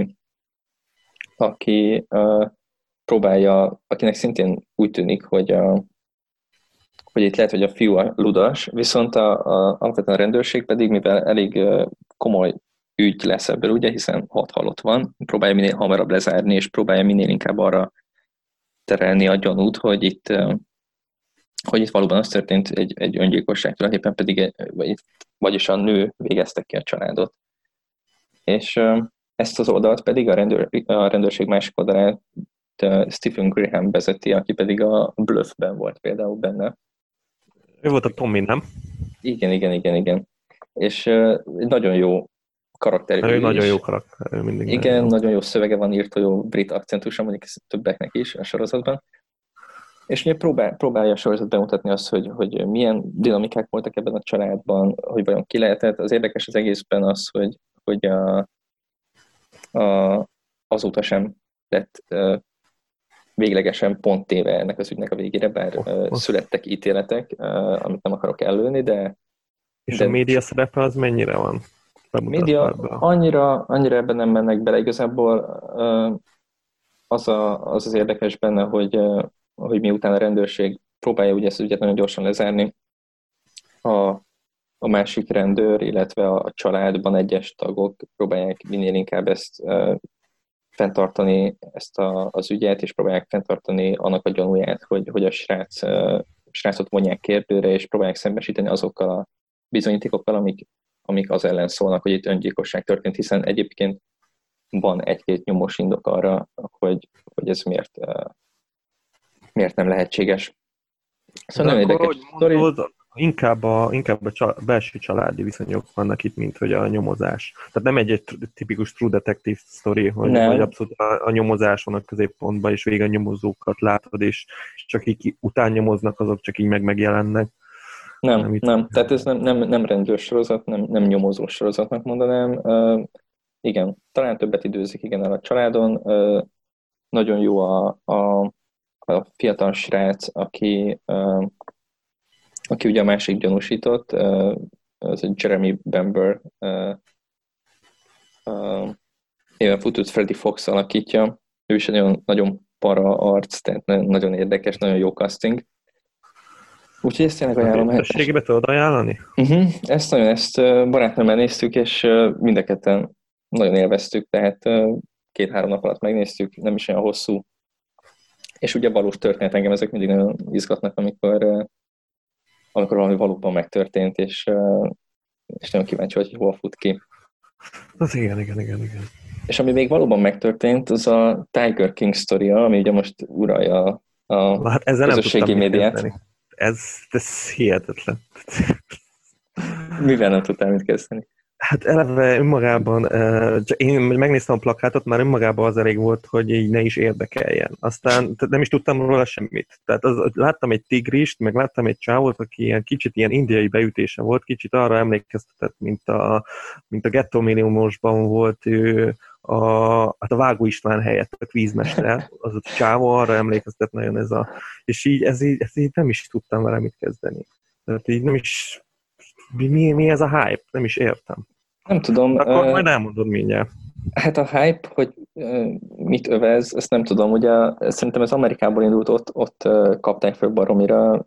aki próbálja, akinek szintén úgy tűnik, hogy itt lehet, hogy a fiú a ludas, viszont alapvetően a rendőrség pedig, mivel elég komoly ügy lesz ebből, ugye, hiszen 6 halott van, próbálja minél hamarabb lezárni, és próbálja minél inkább arra terelni a gyanút, hogy itt valóban az történt egy öngyilkosság, tulajdonképpen pedig vagyis a nő végezte ki a családot. És ezt az oldalt pedig a rendőrség másik oldalát Stephen Graham vezeti, aki pedig a Bluffben volt például benne. Ő volt a Tommy, nem? Igen. És nagyon jó karakter. Ő nagyon jó karakter. Igen, nagyon jó szövege van, írta jó brit akcentusa, mondjuk többeknek is a sorozatban. És ugye próbálja a sorozat bemutatni azt, hogy milyen dinamikák voltak ebben a családban, hogy vajon ki lehetett. Az érdekes az egészben az, hogy azóta sem lett véglegesen pont téve ennek az ügynek a végére, bár születtek ítéletek, amit nem akarok előni, de... És a média szerepe az mennyire van? A média annyira ebben nem mennek bele. Igazából az érdekes benne, hogy miután a rendőrség próbálja ugye ezt ügyet nagyon gyorsan lezárni, a másik rendőr, illetve a családban egyes tagok próbálják minél inkább ezt fenntartani, ezt az ügyet, és próbálják fenntartani annak a gyanúját, hogy a srácot vonják kérdőre, és próbálják szembesíteni azokkal a bizonyítékokkal, amik az ellen szólnak, hogy itt öngyilkosság történt, hiszen egyébként van egy-két nyomós indok arra, hogy ez miért nem lehetséges. Szóval nagyon érdekes sztori. Inkább a belső családi viszonyok vannak itt, mint hogy a nyomozás. Tehát nem egy tipikus True Detective sztori, hogy abszolút a nyomozás van a középpontban, és végig a nyomozókat látod, és csak így után nyomoznak, azok csak így megjelennek. Nem. Tehát ez nem rendőrsorozat, nem nyomozós sorozatnak mondanám. Igen, talán többet időzik el a családon. Nagyon jó a fiatal srác, aki ugye a másik gyanúsított, az Jeremy Bamber, éven futott Freddy Fox alakítja. Ő is egy nagyon, nagyon para arc, tehát nagyon érdekes, nagyon jó casting. Úgyhogy ezt tényleg ajánlom. Összességében tudod ajánlani? Ezt barátnőmmel néztük, és mind a ketten nagyon élveztük, tehát 2-3 nap alatt megnéztük, nem is olyan hosszú. És ugye valós történet, engem ezek mindig nagyon izgatnak, amikor valami valóban megtörtént, és nagyon kíváncsi vagy, hogy hol fut ki. Az igen. És ami még valóban megtörtént, az a Tiger King sztoria, ami ugye most uralja a közösségi médiát. Ez hihetetlen. Mivel nem tudtál mit kezdeni? Hát eleve önmagában, én megnéztem a plakátot, már önmagában az elég volt, hogy így ne is érdekeljen. Aztán nem is tudtam róla semmit. Tehát láttam egy tigrist, meg láttam egy csávót, aki kicsit ilyen indiai beütése volt, kicsit arra emlékeztetett, mint a Ghetto Minimumosban volt ő, a Vágó István helyett a kvízmester, az a csávó, arra emlékeztet nagyon és így ez így nem is tudtam vele mit kezdeni. Tehát így nem is, mi ez a hype? Nem is értem. Nem tudom. Akkor majd elmondod mindjárt. Hát a hype, hogy mit övez, ezt nem tudom. Ugye szerintem ez Amerikából indult, ott kapták föl baromira,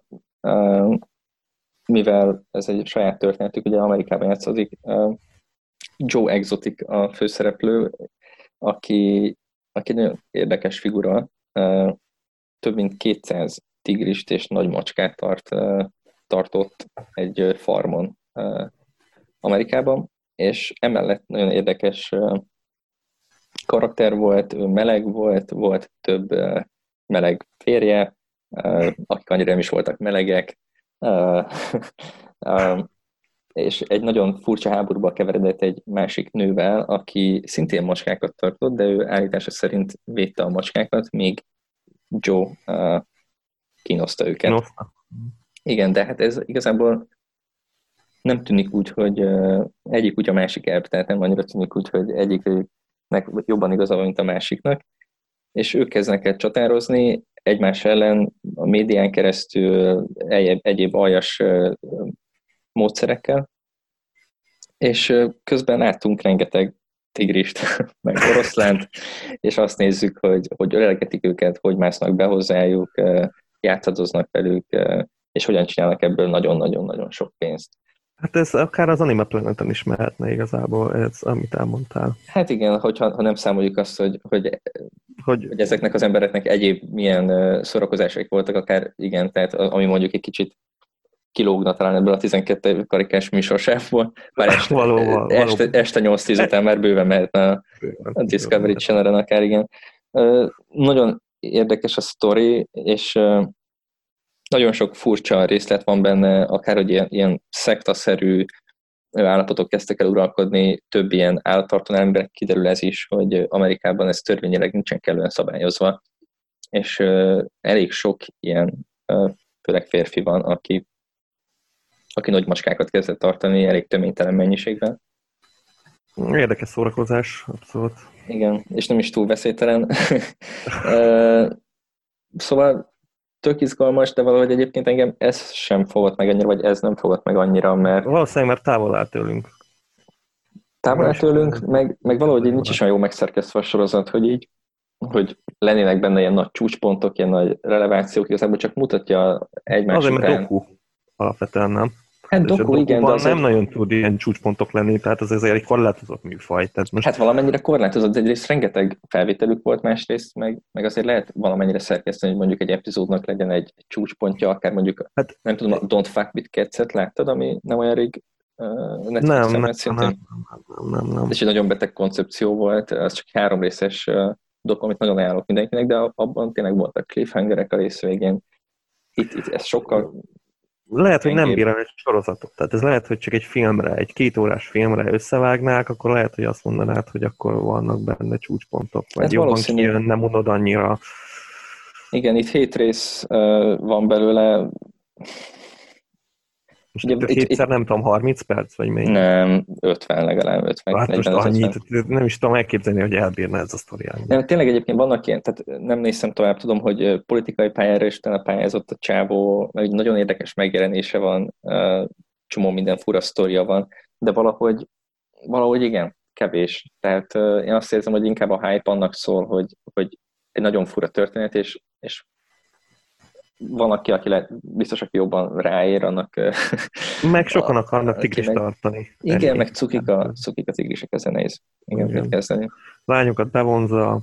mivel ez egy saját történetük, ugye Amerikában játszódik. Joe Exotic a főszereplő, aki nagyon érdekes figura. Több mint 200 tigrist és nagy macskát tartott egy farmon Amerikában, és emellett nagyon érdekes karakter volt, ő meleg volt több meleg férje, akik annyira nem is voltak melegek, és egy nagyon furcsa háborúba keveredett egy másik nővel, aki szintén macskákat tartott, de ő állítása szerint védte a macskákat, még Joe kínoszta őket. Igen, de hát ez igazából nem tűnik úgy, hogy egyik úgy a másik elv, tehát nem annyira tűnik úgy, hogy egyiknek jobban igaza van, mint a másiknak, és ők kezdnek el csatározni. egymás ellen a médián keresztül egyéb aljas módszerekkel, és közben láttunk rengeteg tigrist, meg oroszlánt, és azt nézzük, hogy ölelgetik őket, hogy másznak be hozzájuk, játszadoznak velük, és hogyan csinálnak ebből nagyon-nagyon-nagyon sok pénzt. Hát ez akár az Anime Planeten is mehetne igazából, ez, amit elmondtál. Hát igen, ha nem számoljuk azt, hogy ezeknek az embereknek egyéb milyen szórakozásaik voltak, akár igen, tehát ami mondjuk egy kicsit kilógna talán ebből a 12 karikás műsorsávból, bár este 8-10 után már bőven mehetne a Discovery Channel-en akár, igen. Nagyon érdekes a sztori, és nagyon sok furcsa részlet van benne, akár hogy ilyen szektaszerű állapotok kezdtek el uralkodni, több ilyen állattartó emberek, kiderül ez is, hogy Amerikában ez törvényileg nincsen kellően szabályozva, és elég sok ilyen, főleg férfi van, aki nagy macskákat kezdett tartani elég töménytelen mennyiségben. Érdekes szórakozás, abszolút. Igen, és nem is túl veszélytelen. Szóval tök izgalmas, de valahogy egyébként engem ez sem fogott meg annyira, vagy ez nem fogott meg annyira, mert... Valószínűleg, mert távol áll tőlünk. Távol áll tőlünk, meg valahogy így nincs is olyan jó megszerkesztve a sorozat, hogy lennének benne ilyen nagy csúcspontok, ilyen nagy relevációk, igazából csak mutatja egymás azért, után. Mert doku alapvetően nem. Hát doku, igen, de azért... nem nagyon tud ilyen csúcspontok lenni, tehát az egy korlátozott műfaj. Tehát most... Hát valamennyire korlátozott, egyrészt rengeteg felvételük volt, másrészt meg azért lehet valamennyire szerkeszteni, hogy mondjuk egy epizódnak legyen egy csúcspontja, akár mondjuk, hát, nem tudom, a Don't Fuck With Cats-et láttad, ami nem olyan rég nem. És egy nagyon beteg koncepció volt, az csak 3 részes doku, amit nagyon ajánlok mindenkinek, de abban tényleg voltak cliffhangerek a rész végén. Itt ez sokkal... Lehet, hogy nem bír egy sorozatot. Tehát ez lehet, hogy csak egy filmre, egy 2 órás filmre összevágnák, akkor lehet, hogy azt mondanád, hogy akkor vannak benne csúcspontok, vagy jobban kijön, nem unod annyira. Igen, itt 7 rész van belőle. Most ugye, hétszer nem tudom, 30 perc, vagy mennyi? Nem, 50 legalább, 50. Hát most annyit, nem is tudom elképzelni, hogy elbírna ez a sztori. Nem, tényleg egyébként vannak ilyen, tehát nem néztem tovább, tudom, hogy politikai pályára is utána pályázott a csávó, meg nagyon érdekes megjelenése van, csomó minden fura sztoria van, de valahogy igen, kevés. Tehát én azt érzem, hogy inkább a hype annak szól, hogy egy nagyon fura történet, és van, aki biztos, aki jobban ráér, annak... Meg sokan akarnak tigrist tartani. Igen, meg cukik a tigrisek, ezen nehéz. Igen, mit kezdeni. Lányokat bevonza.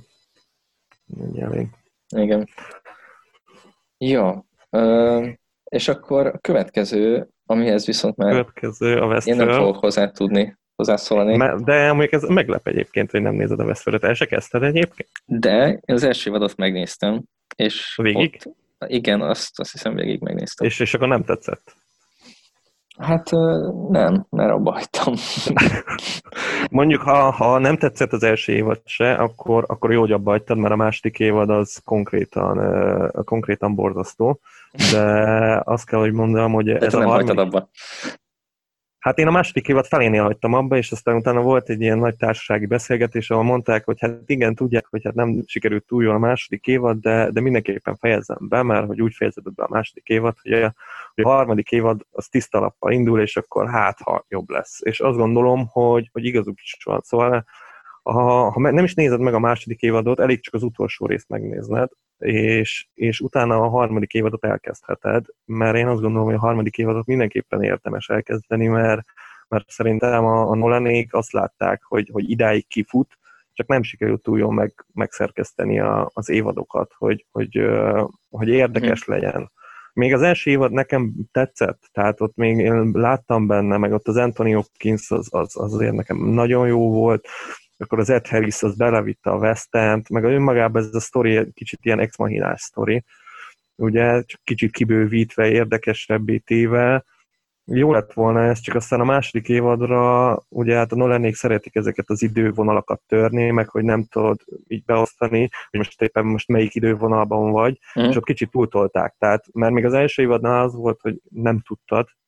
Igen. Jó. És akkor a következő, amihez viszont már a Westworld. Én nem fogok hozzászólni. De amelyik ez meglep egyébként, hogy nem nézed a Westworld-et. El se kezdted egyébként? De én az első évadot megnéztem. És végig? Igen, azt hiszem végig megnéztem. És akkor nem tetszett? Hát nem, mert abba hagytam. Mondjuk, ha nem tetszett az első évad se, akkor jó, hogy abba hagytad, mert a második évad az konkrétan borzasztó. De azt kell, hogy mondjam, hogy ez nem hagytad abba. Hát én a második évad felénél hagytam abba, és aztán utána volt egy ilyen nagy társasági beszélgetés, ahol mondták, hogy hát igen, tudják, hogy hát nem sikerült túl jól a második évad, de mindenképpen fejezzem be, mert hogy úgy fejeződött be a második évad, hogy a harmadik évad az tiszta lappal indul, és akkor ha jobb lesz. És azt gondolom, hogy igazuk is van. Szóval ha nem is nézed meg a második évadot, elég csak az utolsó részt megnézned, és utána a harmadik évadot elkezdheted, mert én azt gondolom, hogy a harmadik évadot mindenképpen érdemes elkezdeni, mert szerintem a Nolanék azt látták, hogy idáig kifut, csak nem sikerült túl jól megszerkeszteni az évadokat, hogy érdekes legyen. Még az első évad nekem tetszett, tehát ott még én láttam benne, meg ott az Anthony Hopkins az azért nekem nagyon jó volt, akkor az Ed Harris az belevitte a West End, meg önmagában ez a sztori kicsit ilyen ex-machinás sztori, ugye, csak kicsit kibővítve, érdekesebbé téve. Jó lett volna ez, csak aztán a második évadra, ugye hát a Nolanék szeretik ezeket az idővonalakat törni, meg hogy nem tudod így beosztani, hogy most melyik idővonalban vagy, és ott kicsit túltolták. Tehát, mert még az első évadnál az volt, hogy nem tudtad,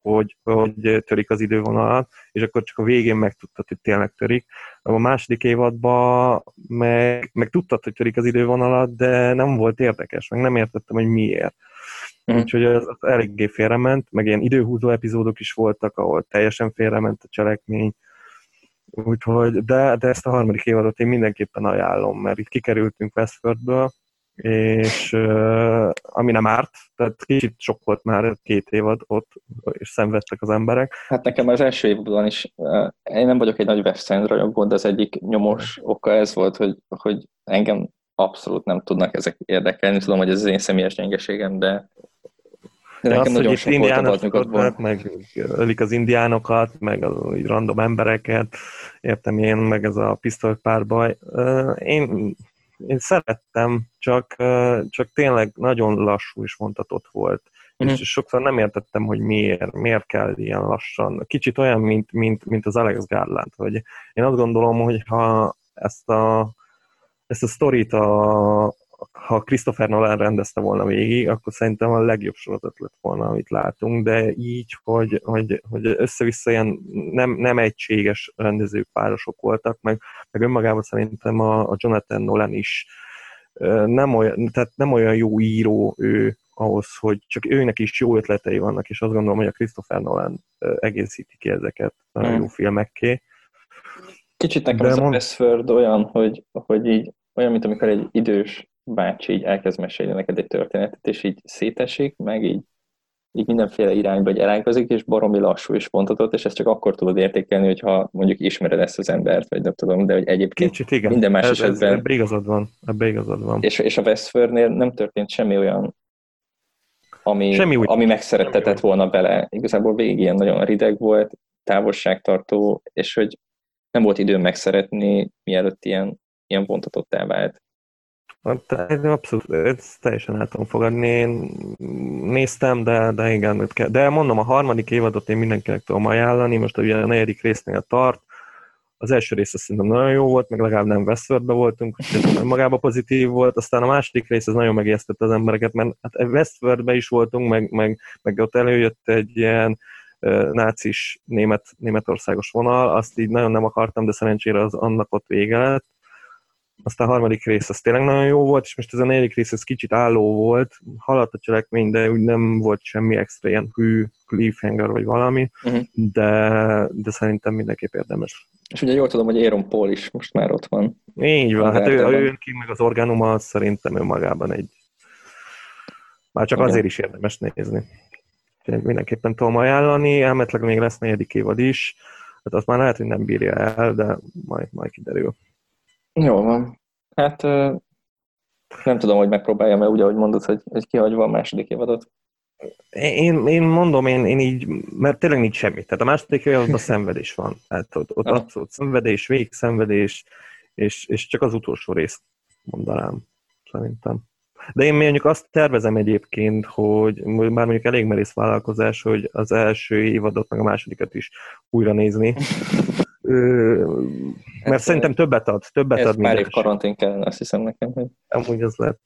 hogy törik az idővonalat, és akkor csak a végén megtudtad, hogy tényleg törik. A második évadban meg tudtad, hogy törik az idővonalat, de nem volt érdekes, meg nem értettem, hogy miért. Úgyhogy az eléggé félrement, meg ilyen időhúzó epizódok is voltak, ahol teljesen félrement a cselekmény. Úgyhogy, de ezt a harmadik évadot én mindenképpen ajánlom, mert itt kikerültünk Westworldből, és ami nem árt, tehát kicsit sok volt már 2 évad ott, és szenvedtek az emberek. Hát nekem az első évadban is, én nem vagyok egy nagy western rajongó, de az egyik nyomós oka ez volt, hogy engem abszolút nem tudnak ezek érdekelni. Tudom, hogy ez az én személyes gyengeségem, de nekem azt, nagyon sok volt a vadnyugatban. Meg ölik az indiánokat, meg az random embereket, értem én, meg ez a pisztolypárbaj. Én szerettem, csak tényleg nagyon lassú és vontatott volt. És sokszor nem értettem, hogy miért kell ilyen lassan. Kicsit olyan, mint az Alex Garland, hogy én azt gondolom, hogy ha ezt a sztorit ha Christopher Nolan rendezte volna végig, akkor szerintem a legjobb sorozat lett volna, amit látunk, de így, hogy össze-vissza ilyen nem egységes rendezőpárosok voltak, meg önmagában szerintem a Jonathan Nolan is nem olyan jó író ő ahhoz, hogy csak őnek is jó ötletei vannak, és azt gondolom, hogy a Christopher Nolan egészíti ki ezeket nagyon jó filmekké. Kicsit nekem ez a Westworld olyan, hogy így olyan, mint amikor egy idős bácsi így elkezd mesélni neked egy történetet, és így szétesik, meg így mindenféle irányba elágazik, és baromi lassú és pontatott, és ezt csak akkor tudod értékelni, hogyha mondjuk ismered ezt az embert, vagy nem tudom, de hogy egyébként kicsit, igen. Minden más esetben... Ebbe igazad van. És a Westworldnél nem történt semmi olyan, ami megszerettetett volna bele. Igazából végig ilyen nagyon rideg volt, távolságtartó, és hogy nem volt időm megszeretni, mielőtt ilyen vontatottá vált. Abszolút, ezt teljesen el tudom fogadni. Én néztem, de igen, de mondom, a harmadik évadot én mindenkinek tudom ajánlani, most ugye a 4. résznél tart. Az első rész szerintem nagyon jó volt, meg legalább nem Westworldbe voltunk, úgyhogy magában pozitív volt, aztán a második rész az nagyon megijesztette az embereket, mert hát Westworldbe is voltunk, meg ott előjött egy ilyen nácis németországos vonal, azt így nagyon nem akartam, de szerencsére annak ott vége lett. Aztán a harmadik rész az tényleg nagyon jó volt, és most ez a 4. rész ez kicsit álló volt, haladt a cselekmény, de úgy nem volt semmi extra ilyen cliffhanger vagy valami, de szerintem mindenképp érdemes. És ugye jól tudom, hogy Aaron Paul is most már ott van. Így van, hát ő ki meg az Orgánuma, szerintem önmagában egy... Már csak azért is érdemes nézni. Mindenképpen tudom ajánlani, elmetleg még lesz 4. évad is, hát azt már lehet, hogy nem bírja el, de majd kiderül. Jó van. Hát nem tudom, hogy megpróbáljam-e úgy, ahogy mondod, hogy kihagyva a második évadot. Én mondom, én így, mert tényleg nincs semmi. Tehát a második évadban szenvedés van. Tehát ott abszolút szenvedés, végszenvedés, és csak az utolsó részt mondanám, szerintem. De én mondjuk azt tervezem egyébként, hogy bár mondjuk elég merész vállalkozás, hogy az első évadot, meg a másodikat is újra nézni. Mert szerintem többet ad ez pár év karantén kellene, azt hiszem nekem. Hogy... Amúgy az lett.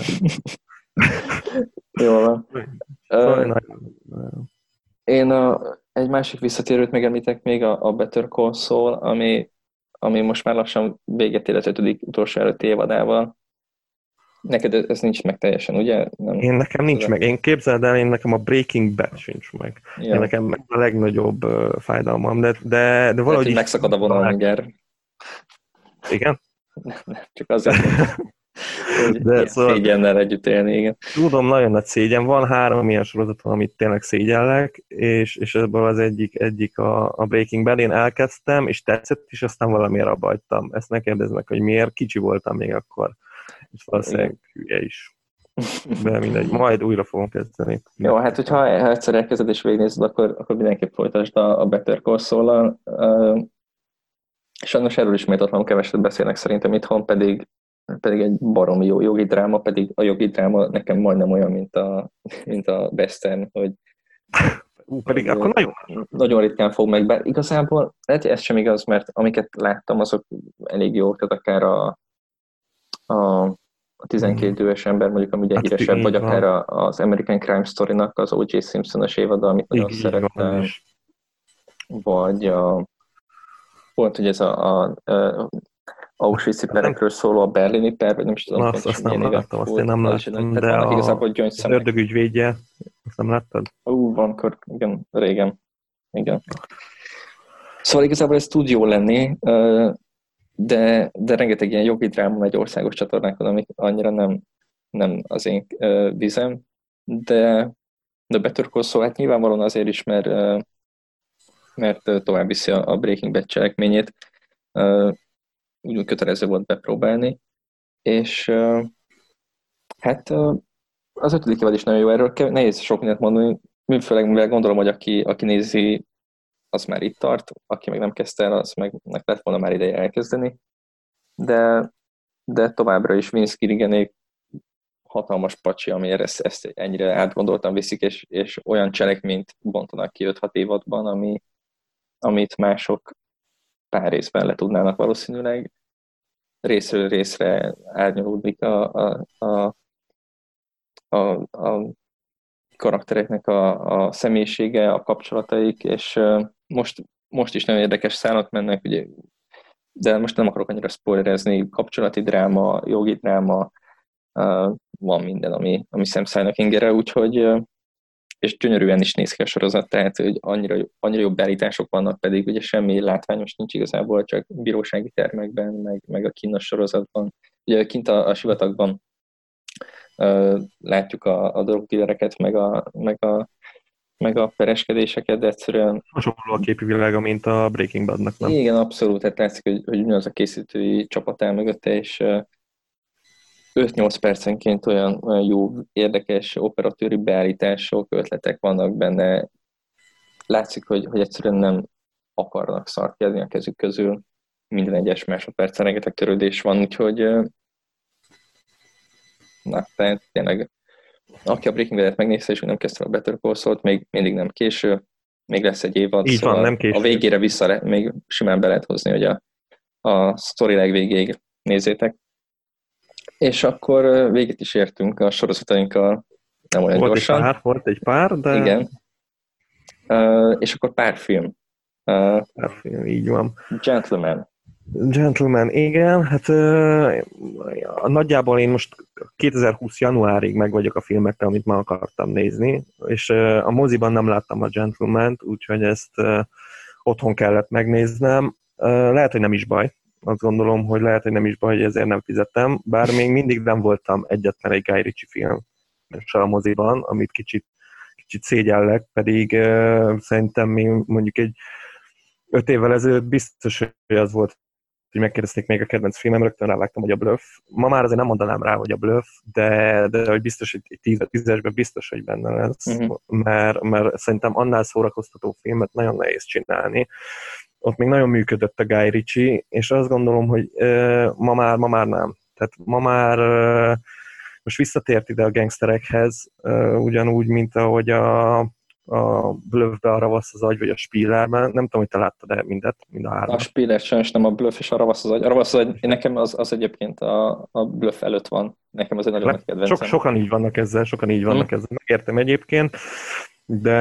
Jó van. Én egy másik visszatérőt megemlítek még, a Better Call Saul, ami most már lassan véget ér az 5. utolsó előtti évadával. Neked ez nincs meg teljesen, ugye? Nekem nincs meg. Én képzeld el, nekem a Breaking Bad sincs meg. Ja. Nekem a legnagyobb fájdalmam, de valahogy... Lehet, megszakad a vonal mindjárt. Igen? Nem, csak azért, hogy szóval szégyennel együtt élni, igen. Tudom, nagyon nagy szégyen. Van 3 ilyen sorozatom, amit tényleg szégyellek, és ebből az egyik a Breaking Bad. Én elkezdtem, és tetszett, és aztán valamiért abba hagytam. Ezt ne kérdezd meg, hogy miért. Kicsi voltam még akkor. És valószínűleg hülye is. De mindegy, majd újra fogom kezdeni. Jó, hát hogyha egyszer elkezded és végignézed, akkor mindenképp folytasd a Better Call Saul-al. Sajnos erről is méltatlanul keveset beszélnek szerintem itthon, pedig egy baromi jó jogi dráma, pedig a jogi dráma nekem majdnem olyan, mint a western, hogy pedig akkor nagyon ritkán fog meg, bár igazából lehet, hogy ez sem igaz, mert amiket láttam, azok elég jók, tehát akár a a 12 éves ember, mondjuk, ami ugye Hát híresebb, vagy akár van. az American Crime Story-nak az O.J. Simpson-os évada, amit nagyon szerettem, vagy volt, hogy ez a Auschwitz-i perekről szóló a berlini per, vagy nem is tudom, Azt nem láttam, azt én nem láttam, tehát de vannak igazából az gyöngyszemek. ördögügyvédje, azt nem láttad? Vankor, igen, régen. Igen. Szóval igazából ez tud jó lenni, de rengeteg ilyen jogi dráma megy országos csatornákon, amik annyira nem az én vizem, de Better Call Saul hát nyilvánvalóan azért is, mert tovább viszi a Breaking Bad cselekményét, úgy kötelező volt bepróbálni, és hát az 5. évad is nagyon jó, erről nehéz sok mindent mondani, főleg mivel gondolom, hogy aki nézi, az már itt tart, aki meg nem kezdte el, az meg lett volna már ideje elkezdeni, de továbbra is Vince Gilliganék hatalmas pacsi, amiért ezt ennyire átgondoltan viszik, és olyan cselekményt bontanak ki 5-6 évadban, amit mások pár részben le tudnának valószínűleg. Részről részre árnyalódik a karaktereknek a személyisége, a kapcsolataik, és most is nagyon érdekes szálak mennek, ugye, de most nem akarok annyira spoilerezni, kapcsolati dráma, jogi dráma, van minden, ami Sam Simon ingere, úgyhogy és gyönyörűen is néz ki a sorozat, tehát hogy annyira jobb beállítások vannak, pedig ugye semmi látványos nincs igazából, csak bírósági termekben, meg a kínos sorozatban. Ugye kint a sivatagban látjuk a drogdílereket, meg a pereskedéseket, de egyszerűen... Hasonló a képi világa, mint a Breaking Badnak, nem? Igen, abszolút, tehát látszik, hogy mi az a készítői csapat áll mögötte, és 5-8 percenként olyan jó, érdekes operatőri beállítások, ötletek vannak benne. Látszik, hogy egyszerűen nem akarnak szarkálni a kezük közül. Minden egyes másodpercen rengeteg törődés van, úgyhogy tehát tényleg aki a Breaking Bad-et megnézte, és nem kezdte a Better Call Saul-t, még mindig nem késő, még lesz egy évad, így szóval van, nem késő. A végére még simán be lehet hozni, hogy a sztori legvégéig nézzétek. És akkor véget is értünk a sorozatainkkal, nem olyan gyorsan. Volt egy pár, de... Igen. És akkor pár film. Így van. Gentleman, igen, hát nagyjából én most 2020 januárig meg vagyok a filmekkel, amit már akartam nézni, és a moziban nem láttam a Gentleman-t, úgyhogy ezt otthon kellett megnéznem. Lehet, hogy nem is baj. Azt gondolom, hogy lehet, hogy nem is baj, hogy ezért nem fizettem, bár még mindig nem voltam egyetlen egy Guy Ritchie film a moziban, amit kicsit szégyellek, pedig szerintem még mondjuk egy 5 évvel ezelőtt biztos, hogy az volt, hogy megkérdezték még a kedvenc filmem, rögtön rávágtam, hogy a Bluff. Ma már azért nem mondanám rá, hogy a Bluff, de hogy biztos, hogy 10-esben biztos, hogy benne lesz, mert szerintem annál szórakoztató filmet nagyon nehéz csinálni. Ott még nagyon működött a Guy Ritchie, és azt gondolom, hogy ma már nem. Tehát ma már most visszatért ide a gangsterekhez, ugyanúgy, mint ahogy a Bluffbe a Ravasz az agy, vagy a Spillerben. Nem tudom, hogy te láttad-e mind a hármat. A Spiller sajnos nem, a Bluff és a Ravasz az agy. A Ravasz az agy, nekem az egyébként a Bluff előtt van. Nekem az egy nagyon nagy kedvencem. Sokan így vannak ezzel, megértem egyébként. De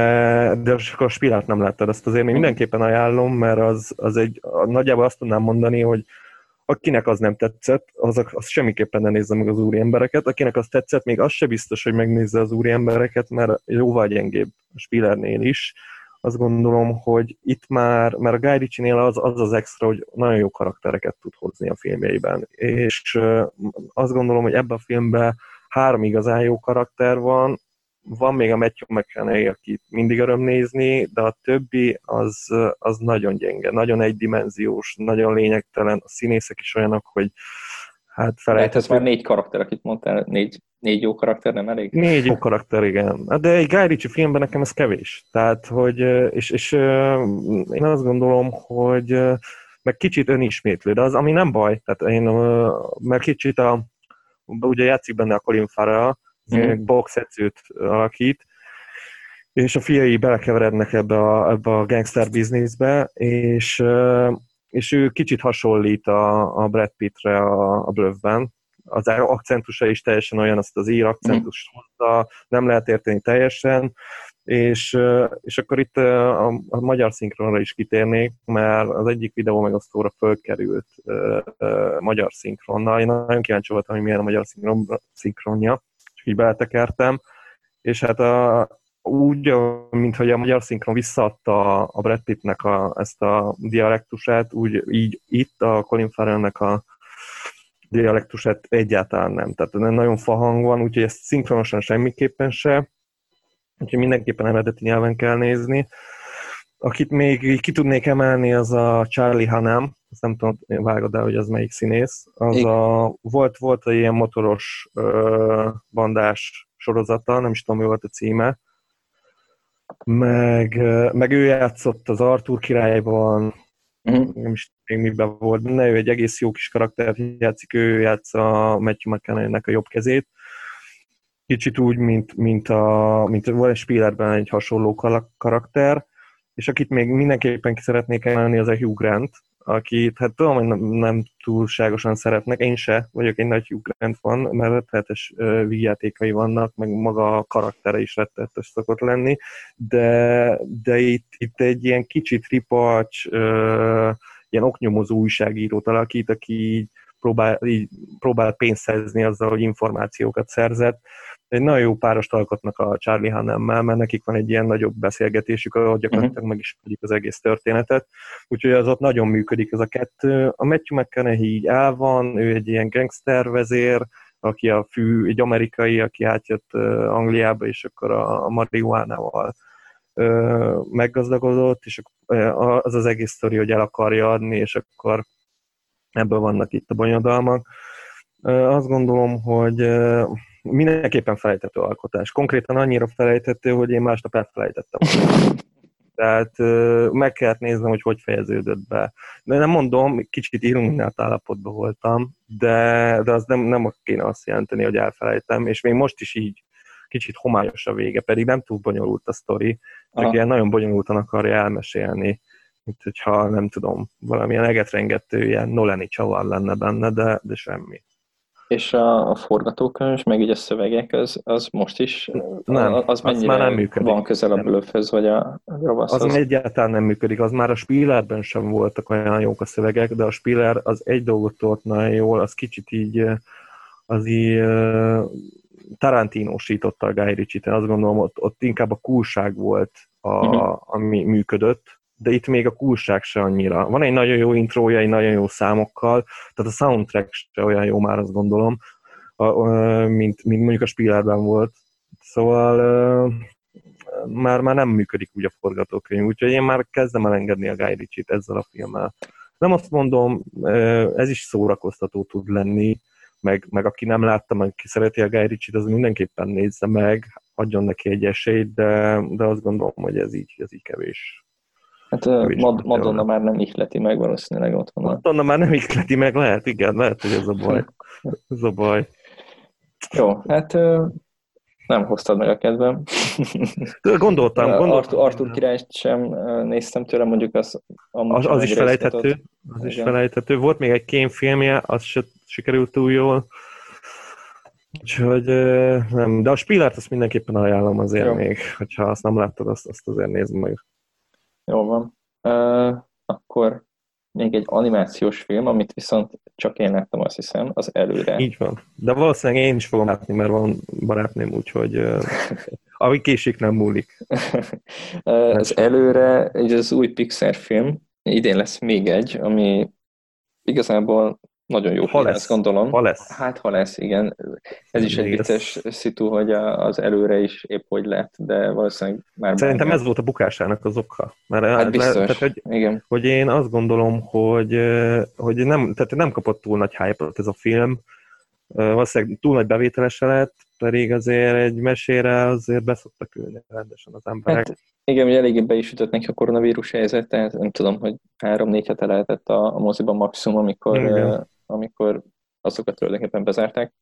a Spillert nem láttad, ezt azért még mindenképpen ajánlom, mert az egy, nagyjából azt tudnám mondani, hogy akinek az nem tetszett, az semmiképpen ne nézze meg az úri embereket, akinek az tetszett, még az se biztos, hogy megnézze az úri embereket, mert jóval gyengébb a Spillernél is. Azt gondolom, hogy itt már, mert a Guy Ritchie-nél az extra, hogy nagyon jó karaktereket tud hozni a filmjeiben, és azt gondolom, hogy ebben a filmben 3 igazán jó karakter van még a Matthew McConaughey, akit mindig öröm nézni, de a többi az nagyon gyenge, nagyon egydimenziós, nagyon lényegtelen. A színészek is olyanok, hogy hát felejthető. Ez már 4 karakter, akit mondtál, 4 jó karakter nem elég? 4 jó karakter, igen. De egy Guy Ritchie filmben nekem ez kevés. Tehát, hogy, és én azt gondolom, hogy meg kicsit önismétlő, de az, ami nem baj, tehát mert kicsit ugye játszik benne a Colin Farrell, boxedzőt alakít, és a fiai belekeverednek ebbe a gangster bizniszbe, és ő kicsit hasonlít a Brad Pittre a Bluffben, az akcentusa is teljesen olyan, azt az ír akcentust hozza, nem lehet érteni teljesen, és akkor itt a magyar szinkronra is kitérnék, mert az egyik videó megosztóra fölkerült magyar szinkronnal. Én nagyon kíváncsi voltam, hogy milyen a magyar szinkronja, és így beletekertem, és hát úgy, minthogy a magyar szinkron visszaadta a Brad Pittnek ezt a dialektusát, úgy így itt a Colin Farrellnek a dialektusát egyáltalán nem. Tehát nagyon fahang van, úgyhogy ezt szinkronosan semmiképpen se, úgyhogy mindenképpen eredeti nyelven kell nézni. Akit még ki tudnék emelni, az a Charlie Hunnam, azt nem tudom, vágod el, hogy az melyik színész. Volt egy ilyen motoros bandás sorozata, nem is tudom, mi volt a címe. Meg ő játszott az Arthur királyban, nem is tudom, miben volt, de ő egy egész jó kis karaktert játszik, ő játsza Matthew McConaughey-nek a jobb kezét. Kicsit úgy, mint volt egy Spielerben egy hasonló karakter, és akit még mindenképpen ki szeretnék emelni, az a Hugh Grant, akit hát tudom, hogy nem túlságosan szeretnek, én se vagyok egy nagy Hugh Grant van, mert rettenetes vígjátékai vannak, meg maga a karaktere is rettenetes szokott lenni, de itt egy ilyen kicsit ripacs, ilyen oknyomozó újságírót alakít, aki így próbál pénzt szerzni azzal, hogy információkat szerzett. Egy nagyon jó párost alkotnak a Charlie Hunnam-mel, mert nekik van egy ilyen nagyobb beszélgetésük, ahol gyakorlatilag megismerjük az egész történetet. Úgyhogy az ott nagyon működik ez a kettő. A Matthew McConaughey így el van, ő egy ilyen gangstervezér, aki egy amerikai, aki átjött Angliába, és akkor a marihuánával meggazdagodott, és az az egész sztori, hogy el akarja adni, és akkor ebből vannak itt a bonyodalmak. Azt gondolom, hogy mindenképpen felejthető alkotás. Konkrétan annyira felejthető, hogy én másnap elfelejtettem. Tehát meg kellett néznem, hogy fejeződött be. De nem mondom, kicsit illuminált állapotban voltam, de az nem kéne azt jelenteni, hogy elfelejtem, és még most is így kicsit homályos a vége, pedig nem túl bonyolult a sztori, csak ilyen nagyon bonyolultan akarja elmesélni, mint hogyha nem tudom, valamilyen egetrengető, ilyen Nolani csavar lenne benne, de semmi. És a forgatókönyv, meg így a szövegek, az most is, nem, az mennyire már nem működik. Van közel a Blöffhöz, vagy a Ravaszhoz? Az egyáltalán nem működik, az már a Spielerben sem voltak olyan jók a szövegek, de a Spieler az egy dolgot tolt nagyon jól, az kicsit így, Tarantinosította a Guy Ritchie-t, én azt gondolom, ott inkább a coolság volt, ami működött, de itt még a coolság se annyira. Van egy nagyon jó intrója, egy nagyon jó számokkal, tehát a soundtrack se olyan jó már, azt gondolom, mint mondjuk a Spielerben volt. Szóval már nem működik úgy a forgatókönyv, úgyhogy én már kezdem elengedni a Guy Ritchie-t ezzel a filmmel. Nem azt mondom, ez is szórakoztató tud lenni, meg aki nem látta, meg ki szereti a Guy Ritchie-t, az mindenképpen nézze meg, adjon neki egy esélyt, de azt gondolom, hogy ez így kevés. Hát Madonna már nem ihleti meg, valószínűleg ott van. Madonna már nem ihleti meg, lehet, hogy ez a baj. Ez a baj. Jó, hát nem hoztad meg a kedvem. Gondoltam. Arthur királyt sem néztem tőle, mondjuk az is felejthető. Az is felejthető. Volt még egy kémfilmje, az se sikerült túl jól. Úgyhogy nem, de a Spielert azt mindenképpen ajánlom azért jó. Még, hogyha azt nem láttad, azt azért nézd meg. Jó van. Akkor még egy animációs film, amit viszont csak én láttam, azt hiszem, az Előre. Így van. De valószínűleg én is fogom látni, mert van barátném, úgyhogy ami késik, nem múlik. Az Előre, ez az új Pixar film, idén lesz még egy, ami igazából nagyon jó film, azt gondolom. Ha lesz. Hát, ha lesz, igen. Ez is egy vicces szitu, hogy az Előre is épp hogy lett, de valószínűleg már... Szerintem ez volt a bukásának az oka. Mert hát biztos, igen. Hogy én azt gondolom, hogy nem kapott túl nagy hype-ot ez a film. Valószínűleg túl nagy bevételese lett, pedig azért egy mesére azért beszoktak ülni rendesen az emberek. Hát, igen, ugye eléggé be is ütött neki a koronavírus helyzet, tehát nem tudom, hogy 3-4 hete lehetett a moziban maximum, amikor azokat tulajdonképpen bezárták.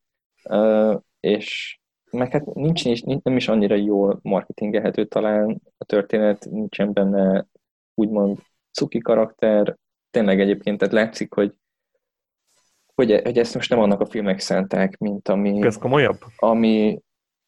És meg hát nem is annyira jól marketingelhető talán a történet, nincsen benne úgymond cuki karakter, tényleg egyébként, tehát látszik, hogy hogy ezt most nem annak a filmek szánták, mint ami... Ez komolyabb? Ami...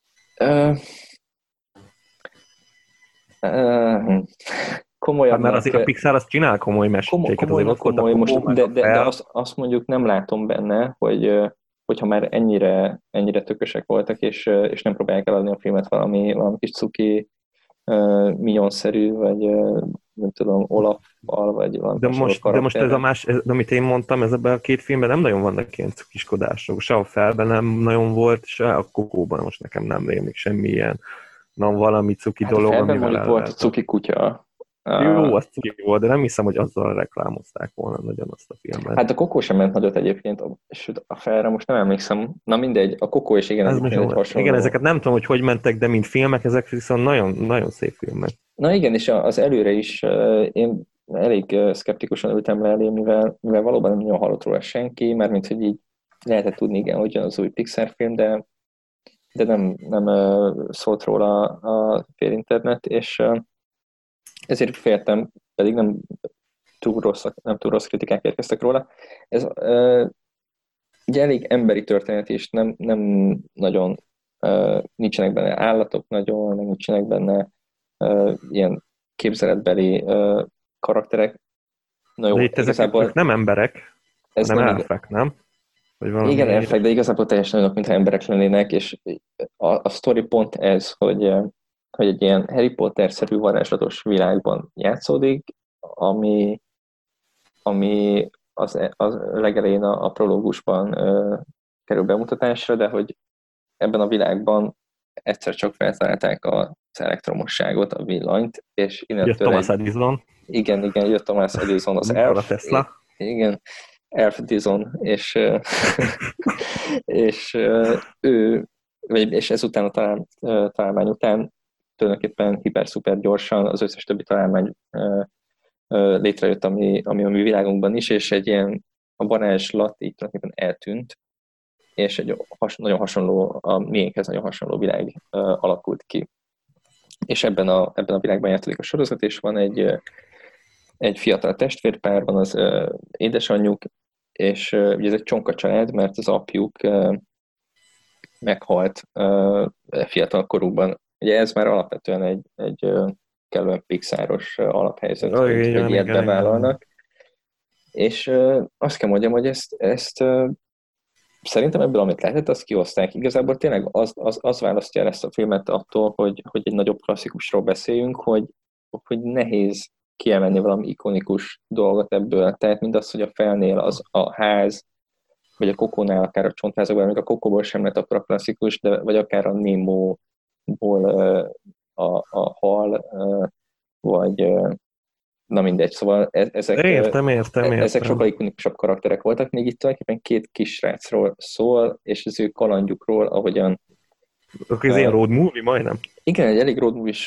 Hát mert azért a Pixar azt csinál komoly meséket, azért ott volt a Coco, meg a de Fel. azt mondjuk nem látom benne, hogyha már ennyire tökösek voltak, és nem próbálják eladni a filmet valami kis cuki, minyonszerű, vagy nem tudom, Olaffal, vagy valami de most ez a más, amit én mondtam, ez ebben a két filmben nem nagyon vannak ilyen cukiskodások. Se a Felben nem nagyon volt, se a Kokóban most nekem nem rémlik semmilyen. Na, valami cuki dolog, amivel mondjuk volt a cuki kutya. Jó, az cuki volt, de nem hiszem, hogy azzal reklámozták volna nagyon azt a filmet. Hát a Kokó sem ment nagyot egyébként, sőt a Felre most nem emlékszem. Na mindegy, a Kokó is igen, egy hasonló. Igen, ezeket nem tudom, hogy mentek, de mint filmek, ezek viszont nagyon, nagyon szép filmek. Na igen, és az előre is én elég szkeptikusan ültem le elé, mivel valóban nem nagyon hallott róla senki, mármint, hogy így lehetett tudni, igen, hogy az új Pixar film, de nem szólt róla a fél internet, és ezért féltem, pedig nem túl rossz kritikák érkeztek róla. Ez ugye elég emberi történet, és nem nagyon nincsenek benne állatok nagyon, meg nincsenek benne ilyen képzeletbeli karakterek. Na jó, de itt ezek nem emberek, hanem elfek, nem? Igen, elfek, de igazából teljesen olyanok, mintha emberek lennének, és a sztori pont ez, hogy egy ilyen Harry Potter-szerű varázslatos világban játszódik, ami az legelején a prológusban kerül bemutatásra, de hogy ebben a világban egyszer csak feltalálták az elektromosságot, a villanyt, és innentől... Jött Thomas Edison. Igen, jött Thomas Edison, az elf. A Tesla. Igen, Elf Edison, és ezután a találmány után tulajdonképpen hiper-szuper gyorsan az összes többi találmány létrejött, ami a mi világunkban is, és egy ilyen a varázslat így tulajdonképpen eltűnt, és egy nagyon hasonló, a miénkhez nagyon hasonló világ alakult ki. És ebben a világban játszódik a sorozat, és van egy fiatal testvérpár, van az édesanyjuk, és ugye ez egy csonka család, mert az apjuk meghalt fiatal korukban. Ugye ez már alapvetően egy kellően Pixáros alaphelyzet, hogy ilyet bevállalnak. És azt kell mondjam, hogy ezt szerintem ebből, amit lehetett, azt kihozták. Igazából tényleg az választja el ezt a filmet attól, hogy egy nagyobb klasszikusról beszéljünk, hogy nehéz kiemelni valami ikonikus dolgot ebből. Tehát mindaz, hogy a Felnél az a ház, vagy a Kokónál akár a csontházakban, még a Kokóból sem lett akkor a klasszikus, vagy akár a Nemo-ból a hal, vagy na mindegy, szóval ezek sokkal ikonikusabb karakterek voltak, még itt tulajdonképpen két kisrácról szól, és az ő kalandjukról, ahogyan... Ez ilyen road movie majdnem? Igen, egy elég road movie-s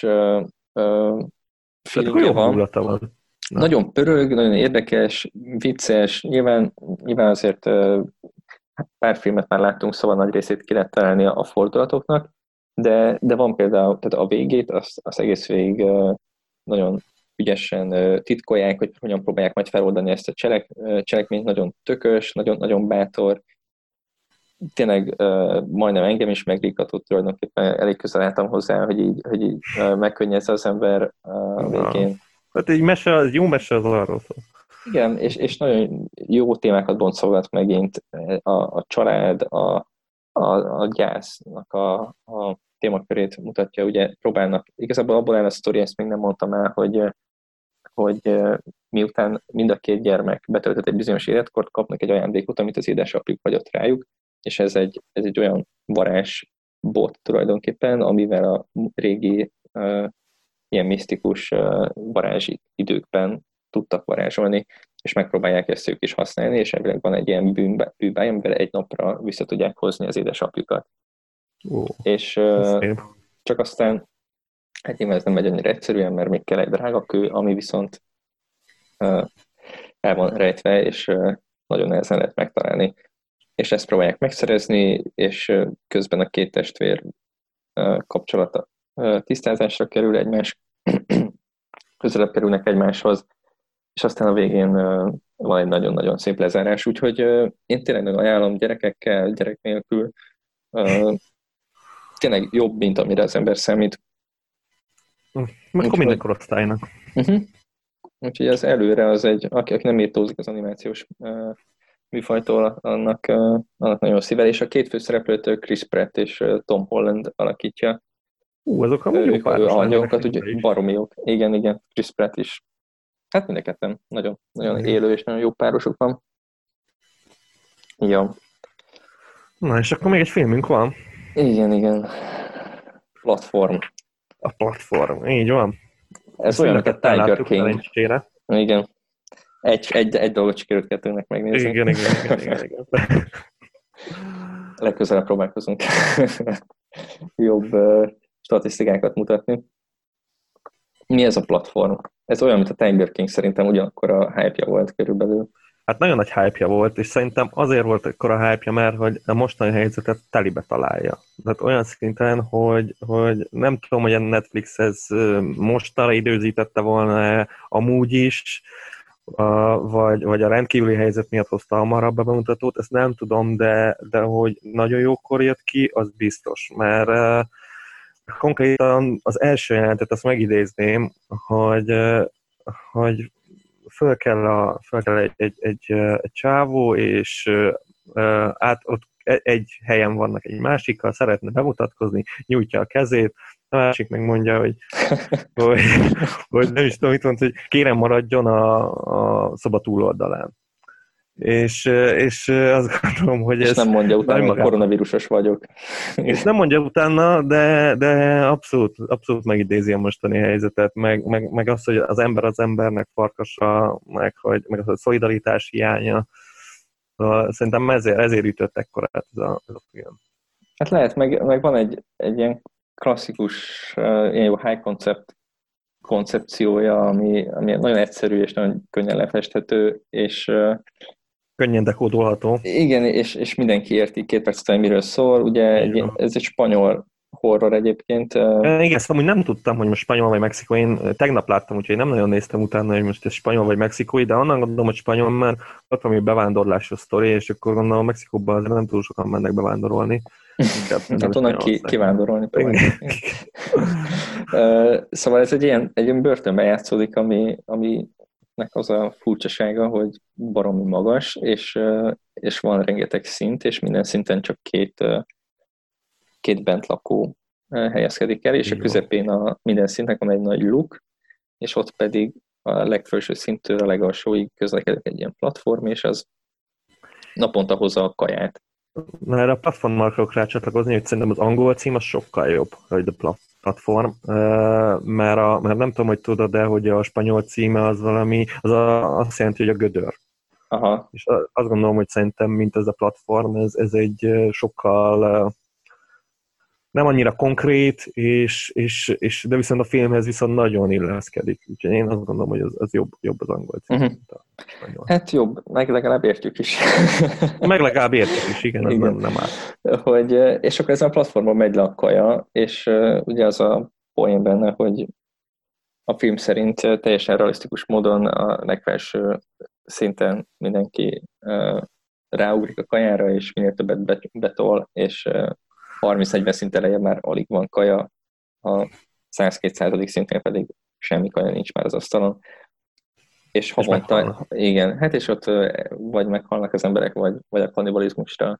filmje van. Nagyon pörög, nagyon érdekes, vicces, nyilván azért pár filmet már láttunk, szóval nagy részét ki lehet találni a fordulatoknak, de van például, tehát a végét, az egész végig nagyon ügyesen titkolják, hogy hogyan próbálják majd feloldani ezt a cselekményt, nagyon tökös, nagyon, nagyon bátor. Tényleg majdnem engem is megriggatott tulajdonképpen, elég közel álltam hozzá, hogy így megkönnyezze az ember a végén. Hát egy jó mese az arról szól. Igen, és nagyon jó témákat boncolgat megint a család, a gyásznak a témakörét mutatja, ugye próbálnak, igazából abból áll a sztori, ezt még nem mondtam el, hogy miután mind a két gyermek betöltött egy bizonyos életkort, kapnak egy ajándékot, amit az édesapjuk hagyott rájuk, és ez egy olyan varázsbot tulajdonképpen, amivel a régi ilyen misztikus varázs időkben tudtak varázsolni, és megpróbálják ezt ők is használni, és elvileg van egy ilyen bűnbáj, amivel egy napra vissza tudják hozni az édesapjukat. És csak aztán, hát nyilván ez nem megy annyira egyszerűen, mert még kell egy drága kő, ami viszont el van rejtve, és nagyon nehezen lehet megtalálni. És ezt próbálják megszerezni, és közben a két testvér kapcsolata tisztázásra kerül, egymás közelebb kerülnek egymáshoz, és aztán a végén van egy nagyon-nagyon szép lezárás, úgyhogy én tényleg nagyon ajánlom gyerekekkel, gyerek nélkül. Tényleg jobb, mint amire az ember számít. Meg akkor minden korosztálynak. Úgyhogy az előre az aki nem írtózik az animációs műfajtól, annak nagyon szível, és a két főszereplőtől Chris Pratt és Tom Holland alakítja. Azok amúgy jó páros. Angyalokat, ugye baromi jók. Igen, Chris Pratt is. Hát mind a ketten nagyon, nagyon élő és nagyon jó párosuk van. Ja. Na, és akkor még egy filmünk van. Igen. Platform. A Platform, így van. Ez olyan, mint a Tiger King. Igen. Egy dolgot sikerült kettőnek megnézni. Igen. Legközelebb próbálkozunk jobb statisztikákat mutatni. Mi ez a Platform? Ez olyan, mint a Tiger King, szerintem ugyanakkor a hype-ja volt körülbelül. Hát nagyon nagy hype-ja volt, és szerintem azért volt akkor a hype-ja, mert hogy a mostani helyzetet telibe találja. Tehát olyan szinten, hogy nem tudom, hogy a Netflix ez mostanra időzítette volna amúgy is, vagy a rendkívüli helyzet miatt hozta hamarabb a bemutatót, ezt nem tudom, de hogy nagyon jókor jött ki, az biztos, mert konkrétan az első jelentet, azt megidézném, hogy föl kell egy csávó, és ott egy helyen vannak egy másikkal, szeretne bemutatkozni, nyújtja a kezét, a másik meg mondja, hogy nem is tudom, mit mondta, hogy kérem maradjon a szoba túloldalán. És azt gondolom, hogy és ez... nem mondja utána, hogy koronavírusos vagyok. És nem mondja utána, de abszolút megidézi a mostani helyzetet, meg azt, hogy az ember az embernek farkasa, meg a szolidaritás hiánya. Szerintem ezért ütött ekkorát ez a film. Hát lehet, meg van egy ilyen klasszikus, ilyen jó high concept koncepciója, ami nagyon egyszerű és nagyon könnyen lefesthető, és könnyen dekódolható. Igen, és mindenki érti 2 perc után, miről szól. Ugye ez egy spanyol horror egyébként. Igen, ezt amúgy nem tudtam, hogy most spanyol vagy mexikói. Én tegnap láttam, úgyhogy nem nagyon néztem utána, hogy most ez spanyol vagy mexikói, de onnan gondolom, hogy spanyol, mert ott valami bevándorlásos sztori, és akkor gondolom Mexikóban azért nem túl sokan mennek bevándorolni. Hát onnan kivándorolni. Szóval ez egy ilyen börtönben játszódik, aminek az a furcsasága, hogy baromi magas, és van rengeteg szint, és minden szinten csak két bentlakó helyezkedik el, és a közepén minden szintnek van egy nagy luk, és ott pedig a legfelső szinttől a legalsóig közlekedik egy ilyen platform, és az naponta hozza a kaját. Na, erre a platformmal akarok rácsatlakozni, hogy szerintem az angol cím az sokkal jobb, hogy a platform, mert nem tudom, hogy tudod, de hogy a spanyol címe az valami, azt jelenti, hogy a gödör. Aha. És azt gondolom, hogy szerintem, mint ez a platform, ez egy sokkal nem annyira konkrét, de viszont a filmhez viszont nagyon illeszkedik. Úgyhogy én azt gondolom, hogy az jobb az angol cím. Hát jobb, meg legalább értjük is. Meg legalább értjük is, igen. Nem áll. És akkor ezen a platformon megy le a kaja, és ugye az a poén benne, hogy a film szerint teljesen realisztikus módon a legfelső szinten mindenki ráugrik a kajára, és minél többet betol, és 30-40 szint eleje már alig van kaja, a 100-200 szintén pedig semmi kaja nincs már az asztalon. És havonta, igen, hát és ott vagy meghalnak az emberek, vagy a kannibalizmusra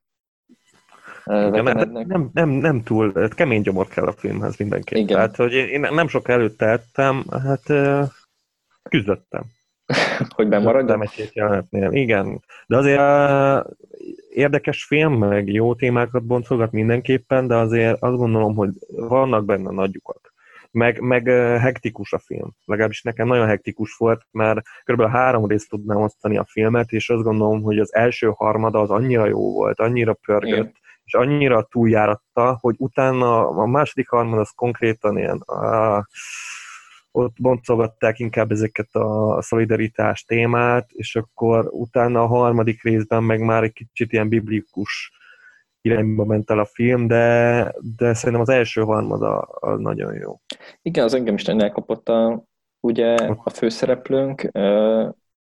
nem túl, kemény gyomor kell a filmhez mindenképp. Igen. Tehát, hogy én nem sok előtte ettem, hát küzdöttem. Hogy bemaradjam? Egy-két jelenetnél, igen. De azért érdekes film, meg jó témákat boncolgat mindenképpen, de azért azt gondolom, hogy vannak benne nagy lyukak. Meg hektikus a film. Legalábbis nekem nagyon hektikus volt, mert kb. 3 részt tudnám osztani a filmet, és azt gondolom, hogy az első harmada az annyira jó volt, annyira pörgött, igen, és annyira túljáratta, hogy utána a második harmad az konkrétan ilyen ott boncolgatták inkább ezeket a szolidaritás témát, és akkor utána a harmadik részben meg már egy kicsit ilyen biblikus irányba ment el a film, de szerintem az első harmada az nagyon jó. Igen, az engem is nagyon elkapott ugye a főszereplőnk,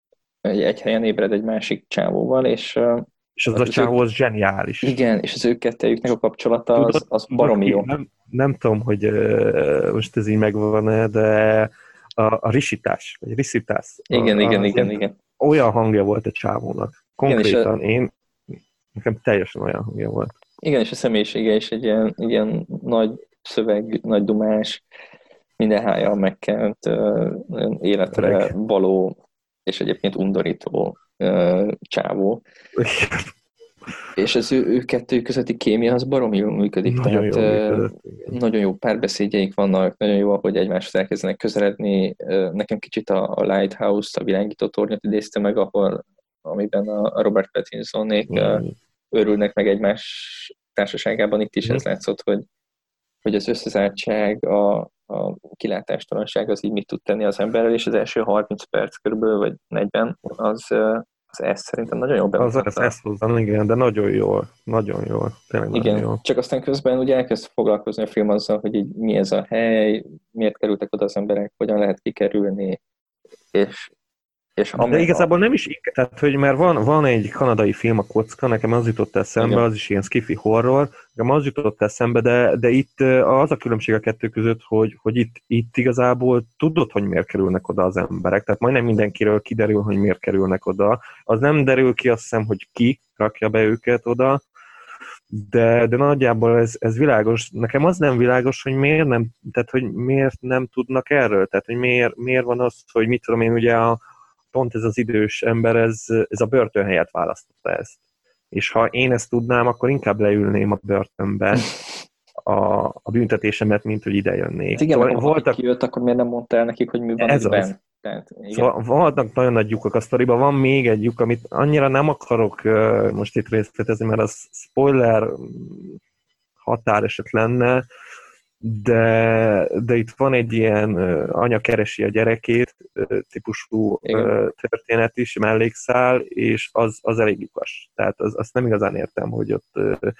egy helyen ébred egy másik csávóval, és az a csávó az zseniális. Igen, és az ő kettejüknek a kapcsolata az baromi jó. Nem tudom, hogy most ez így megvan-e, de a risítás, vagy riszítás. Igen. Olyan hangja volt a csávónak. Konkrétan nekem teljesen olyan hangja volt. Igen, és a személyisége is egy ilyen nagy szöveg, nagy dumás, minden hája megkent, életre való, és egyébként undorító csávó. És az ő kettő közötti kémia az baromi jól működik. Nagyon jó párbeszédjeik vannak, nagyon jó, ahogy egymáshoz elkezdenek közeledni. Nekem kicsit a Lighthouse, a világító tornyot idézte meg, amiben a Robert Pattinsonék örülnek meg egymás társaságában. Itt is ez látszott, hogy az összezártság, a kilátástalanság az így mit tud tenni az emberrel, és az első 30 perc körülbelül, vagy 40, az ezt szerintem nagyon jól bemutatta. Ezt hozzám, igen, de nagyon jól. Tényleg igen, nagyon jól. Csak aztán közben ugye elkezd foglalkozni a film azzal, hogy így mi ez a hely, miért kerültek oda az emberek, hogyan lehet kikerülni, és de igazából nem is, tehát, hogy mert van egy kanadai film, a Kocka, nekem az jutott eszembe, igen. Az is ilyen skifi horror, nekem az jutott eszembe, de itt az a különbség a kettő között, hogy itt igazából tudod, hogy miért kerülnek oda az emberek, tehát majdnem mindenkiről kiderül, hogy miért kerülnek oda. Az nem derül ki, azt hiszem, hogy ki rakja be őket oda, de nagyjából ez világos. Nekem az nem világos, hogy miért nem tudnak erről, tehát hogy miért van az, hogy mit tudom én, ugye pont ez az idős ember, ez a börtön helyett választotta ezt. És ha én ezt tudnám, akkor inkább leülném a börtönbe a büntetésemet, mint hogy ide jönnék. Igen, voltak kijött, akkor miért nem mondta el nekik, hogy mi van itt benn? Szóval vannak nagyon nagy lyukak a sztoriban, van még egy lyuk, amit annyira nem akarok most itt részletezni, mert az spoiler határeset lenne, de itt van egy ilyen anya keresi a gyerekét típusú történet is, mellékszál, és az elég lyukas. Tehát azt nem igazán értem, hogy ott...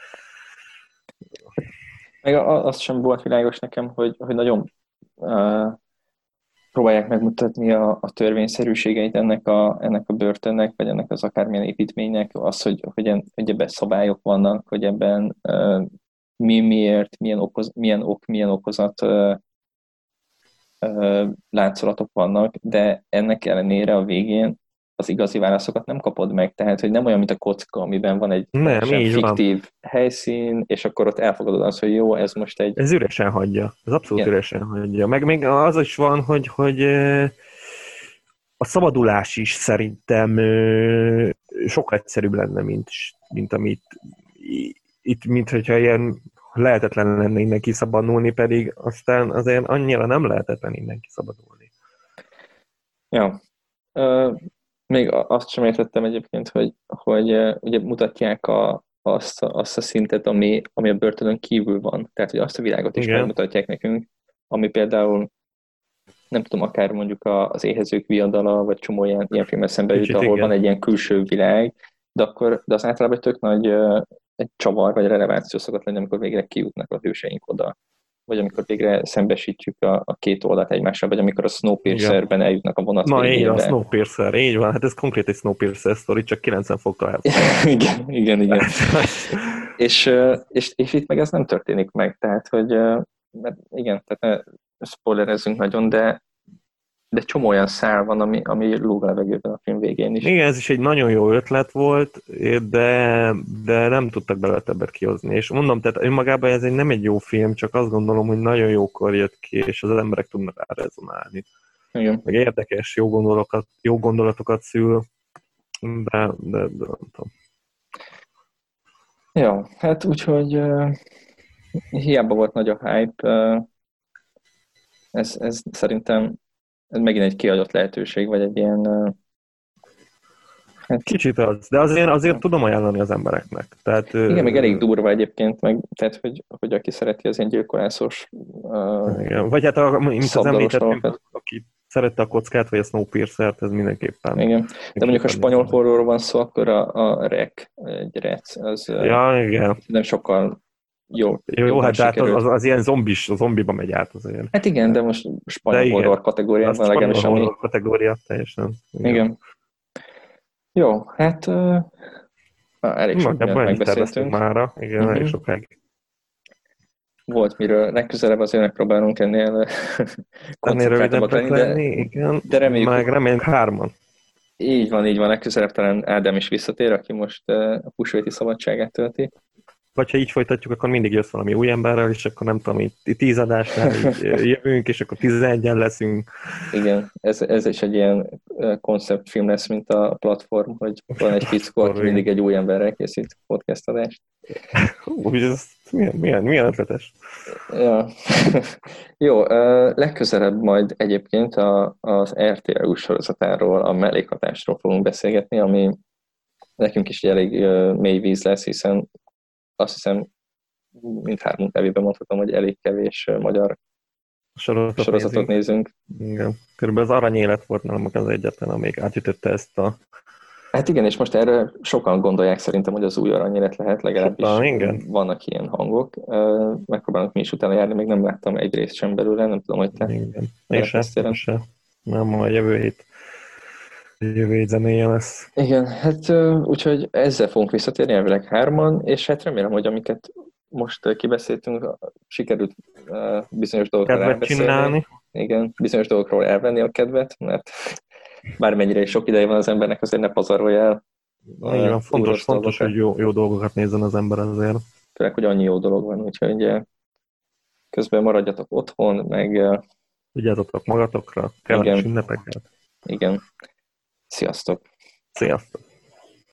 Meg az sem volt világos nekem, hogy nagyon próbálják megmutatni a törvényszerűségeit ennek a börtönnek, vagy ennek az akármilyen építménynek, az, hogy ebben szabályok vannak, hogy ebben miért, milyen okozat láncolatok vannak, de ennek ellenére a végén az igazi válaszokat nem kapod meg, tehát hogy nem olyan, mint a Kocka, amiben van egy fiktív helyszín, és akkor ott elfogadod azt, hogy jó, ez most egy... Ez üresen hagyja, ez abszolút üresen hagyja. Meg még az is van, hogy a szabadulás is szerintem sokkal egyszerűbb lenne, mint amit itt, mint hogyha ilyen lehetetlen lenne innen kiszabadulni, pedig aztán azért annyira nem lehetetlen innen kiszabadulni. Ja. Még azt sem értettem egyébként, hogy ugye mutatják azt a szintet, ami a börtönön kívül van. Tehát, hogy azt a világot is megmutatják nekünk, ami például, nem tudom, akár mondjuk az Éhezők viadala, vagy csomó ilyen filmmel szembe jut, ahol van egy ilyen külső világ, de az általában tök nagy egy csavar, vagy releváció szokott lenni, amikor végre kijutnak a hőseink oda. Vagy amikor végre szembesítjük a két oldalt egymással, vagy amikor a Snowpiercerben eljutnak a vonat végébe. Na, a Snowpiercer, így van, hát ez konkrét egy Snowpiercer sztori, csak 90 fokkal el. igen. és itt meg ez nem történik meg, tehát, hogy mert igen, tehát ne spoilerezzünk nagyon, de csomó olyan szál van, ami lóg a levegőben a film végén is. Igen, ez is egy nagyon jó ötlet volt, de nem tudtak belőle többet kihozni. És mondom, tehát önmagában ez nem egy jó film, csak azt gondolom, hogy nagyon jókor jött ki, és az emberek tudnak rá rezonálni. Igen. Meg érdekes, jó gondolatokat szül, de nem tudom. Ja, hát úgyhogy hiába volt nagy a hype, ez szerintem ez megint egy kiadott lehetőség, vagy egy ilyen... Kicsit az, de azért tudom ajánlani az embereknek. Tehát, igen, meg elég durva egyébként, tehát hogy aki szereti az ilyen gyilkolászos igen. Vagy hát, mint az említettünk, aki szerette a Kockát, vagy a Snowpiercer-t, ez mindenképpen. Igen, de mondjuk a spanyol horrorról van szó, akkor a REC, egy REC, az igen. nem sokkal jó, hát tehát az ilyen zombiba megy át azért. Hát igen, de most spanyol horror kategóriában legalábbis. Spanyol horror kategória, teljesen. Igen. Jó, hát elég sok mindent megbeszéltünk. Mára, igen, elég sokáig. Volt miről legközelebb azért megpróbálunk ennél koncentráltabbak lenni, igen, de reméljük, meg remélünk 3-an. Így van, legközelebb talán Ádám is visszatér, aki most a húsvéti szabadságát tölti. Vagy ha így folytatjuk, akkor mindig jössz valami új emberrel, és akkor nem tudom, itt 10 adásnál jövünk, és akkor 11-en leszünk. Igen, ez is egy ilyen konceptfilm lesz, mint a platform, hogy van egy fickó, aki mindig egy új emberrel készít podcast adást. Ez milyen ötletes. Ja. Jó, legközelebb majd egyébként az RTL sorozatáról, a mellékhatásról fogunk beszélgetni, ami nekünk is egy elég mély víz lesz, hiszen azt hiszem, mindhármunk nevében mondhatom, hogy elég kevés magyar sorozatot nézünk. Igen. Körülbelül az Aranyélet volt nálam az egyetlen, amelyik átütötte ezt a... Hát igen, és most erre sokan gondolják szerintem, hogy az új Aranyélet lehet, legalábbis vannak ilyen hangok. Megpróbálunk mi is utána járni, még nem láttam egy részt sem belőle, nem tudom, hogy te... Igen. Én se. Nem, a jövő hét zenéje lesz. Igen, hát úgyhogy ezzel fogunk visszatérni elvileg 3-an, és hát remélem, hogy amiket most kibeszéltünk, sikerült bizonyos dolgokról elbeszélni. Igen, bizonyos dolgokról elvenni a kedvet, mert bármennyire is sok ideje van az embernek, azért ne pazarolja el. Így van, fontos, hogy jó dolgokat nézzen az ember azért. Főleg, hogy annyi jó dolog van, úgyhogy közben maradjatok otthon, meg... Vigyázzatok magatokra, kellemes ünnepeket. Igen. Sziasztok! Sziasztok!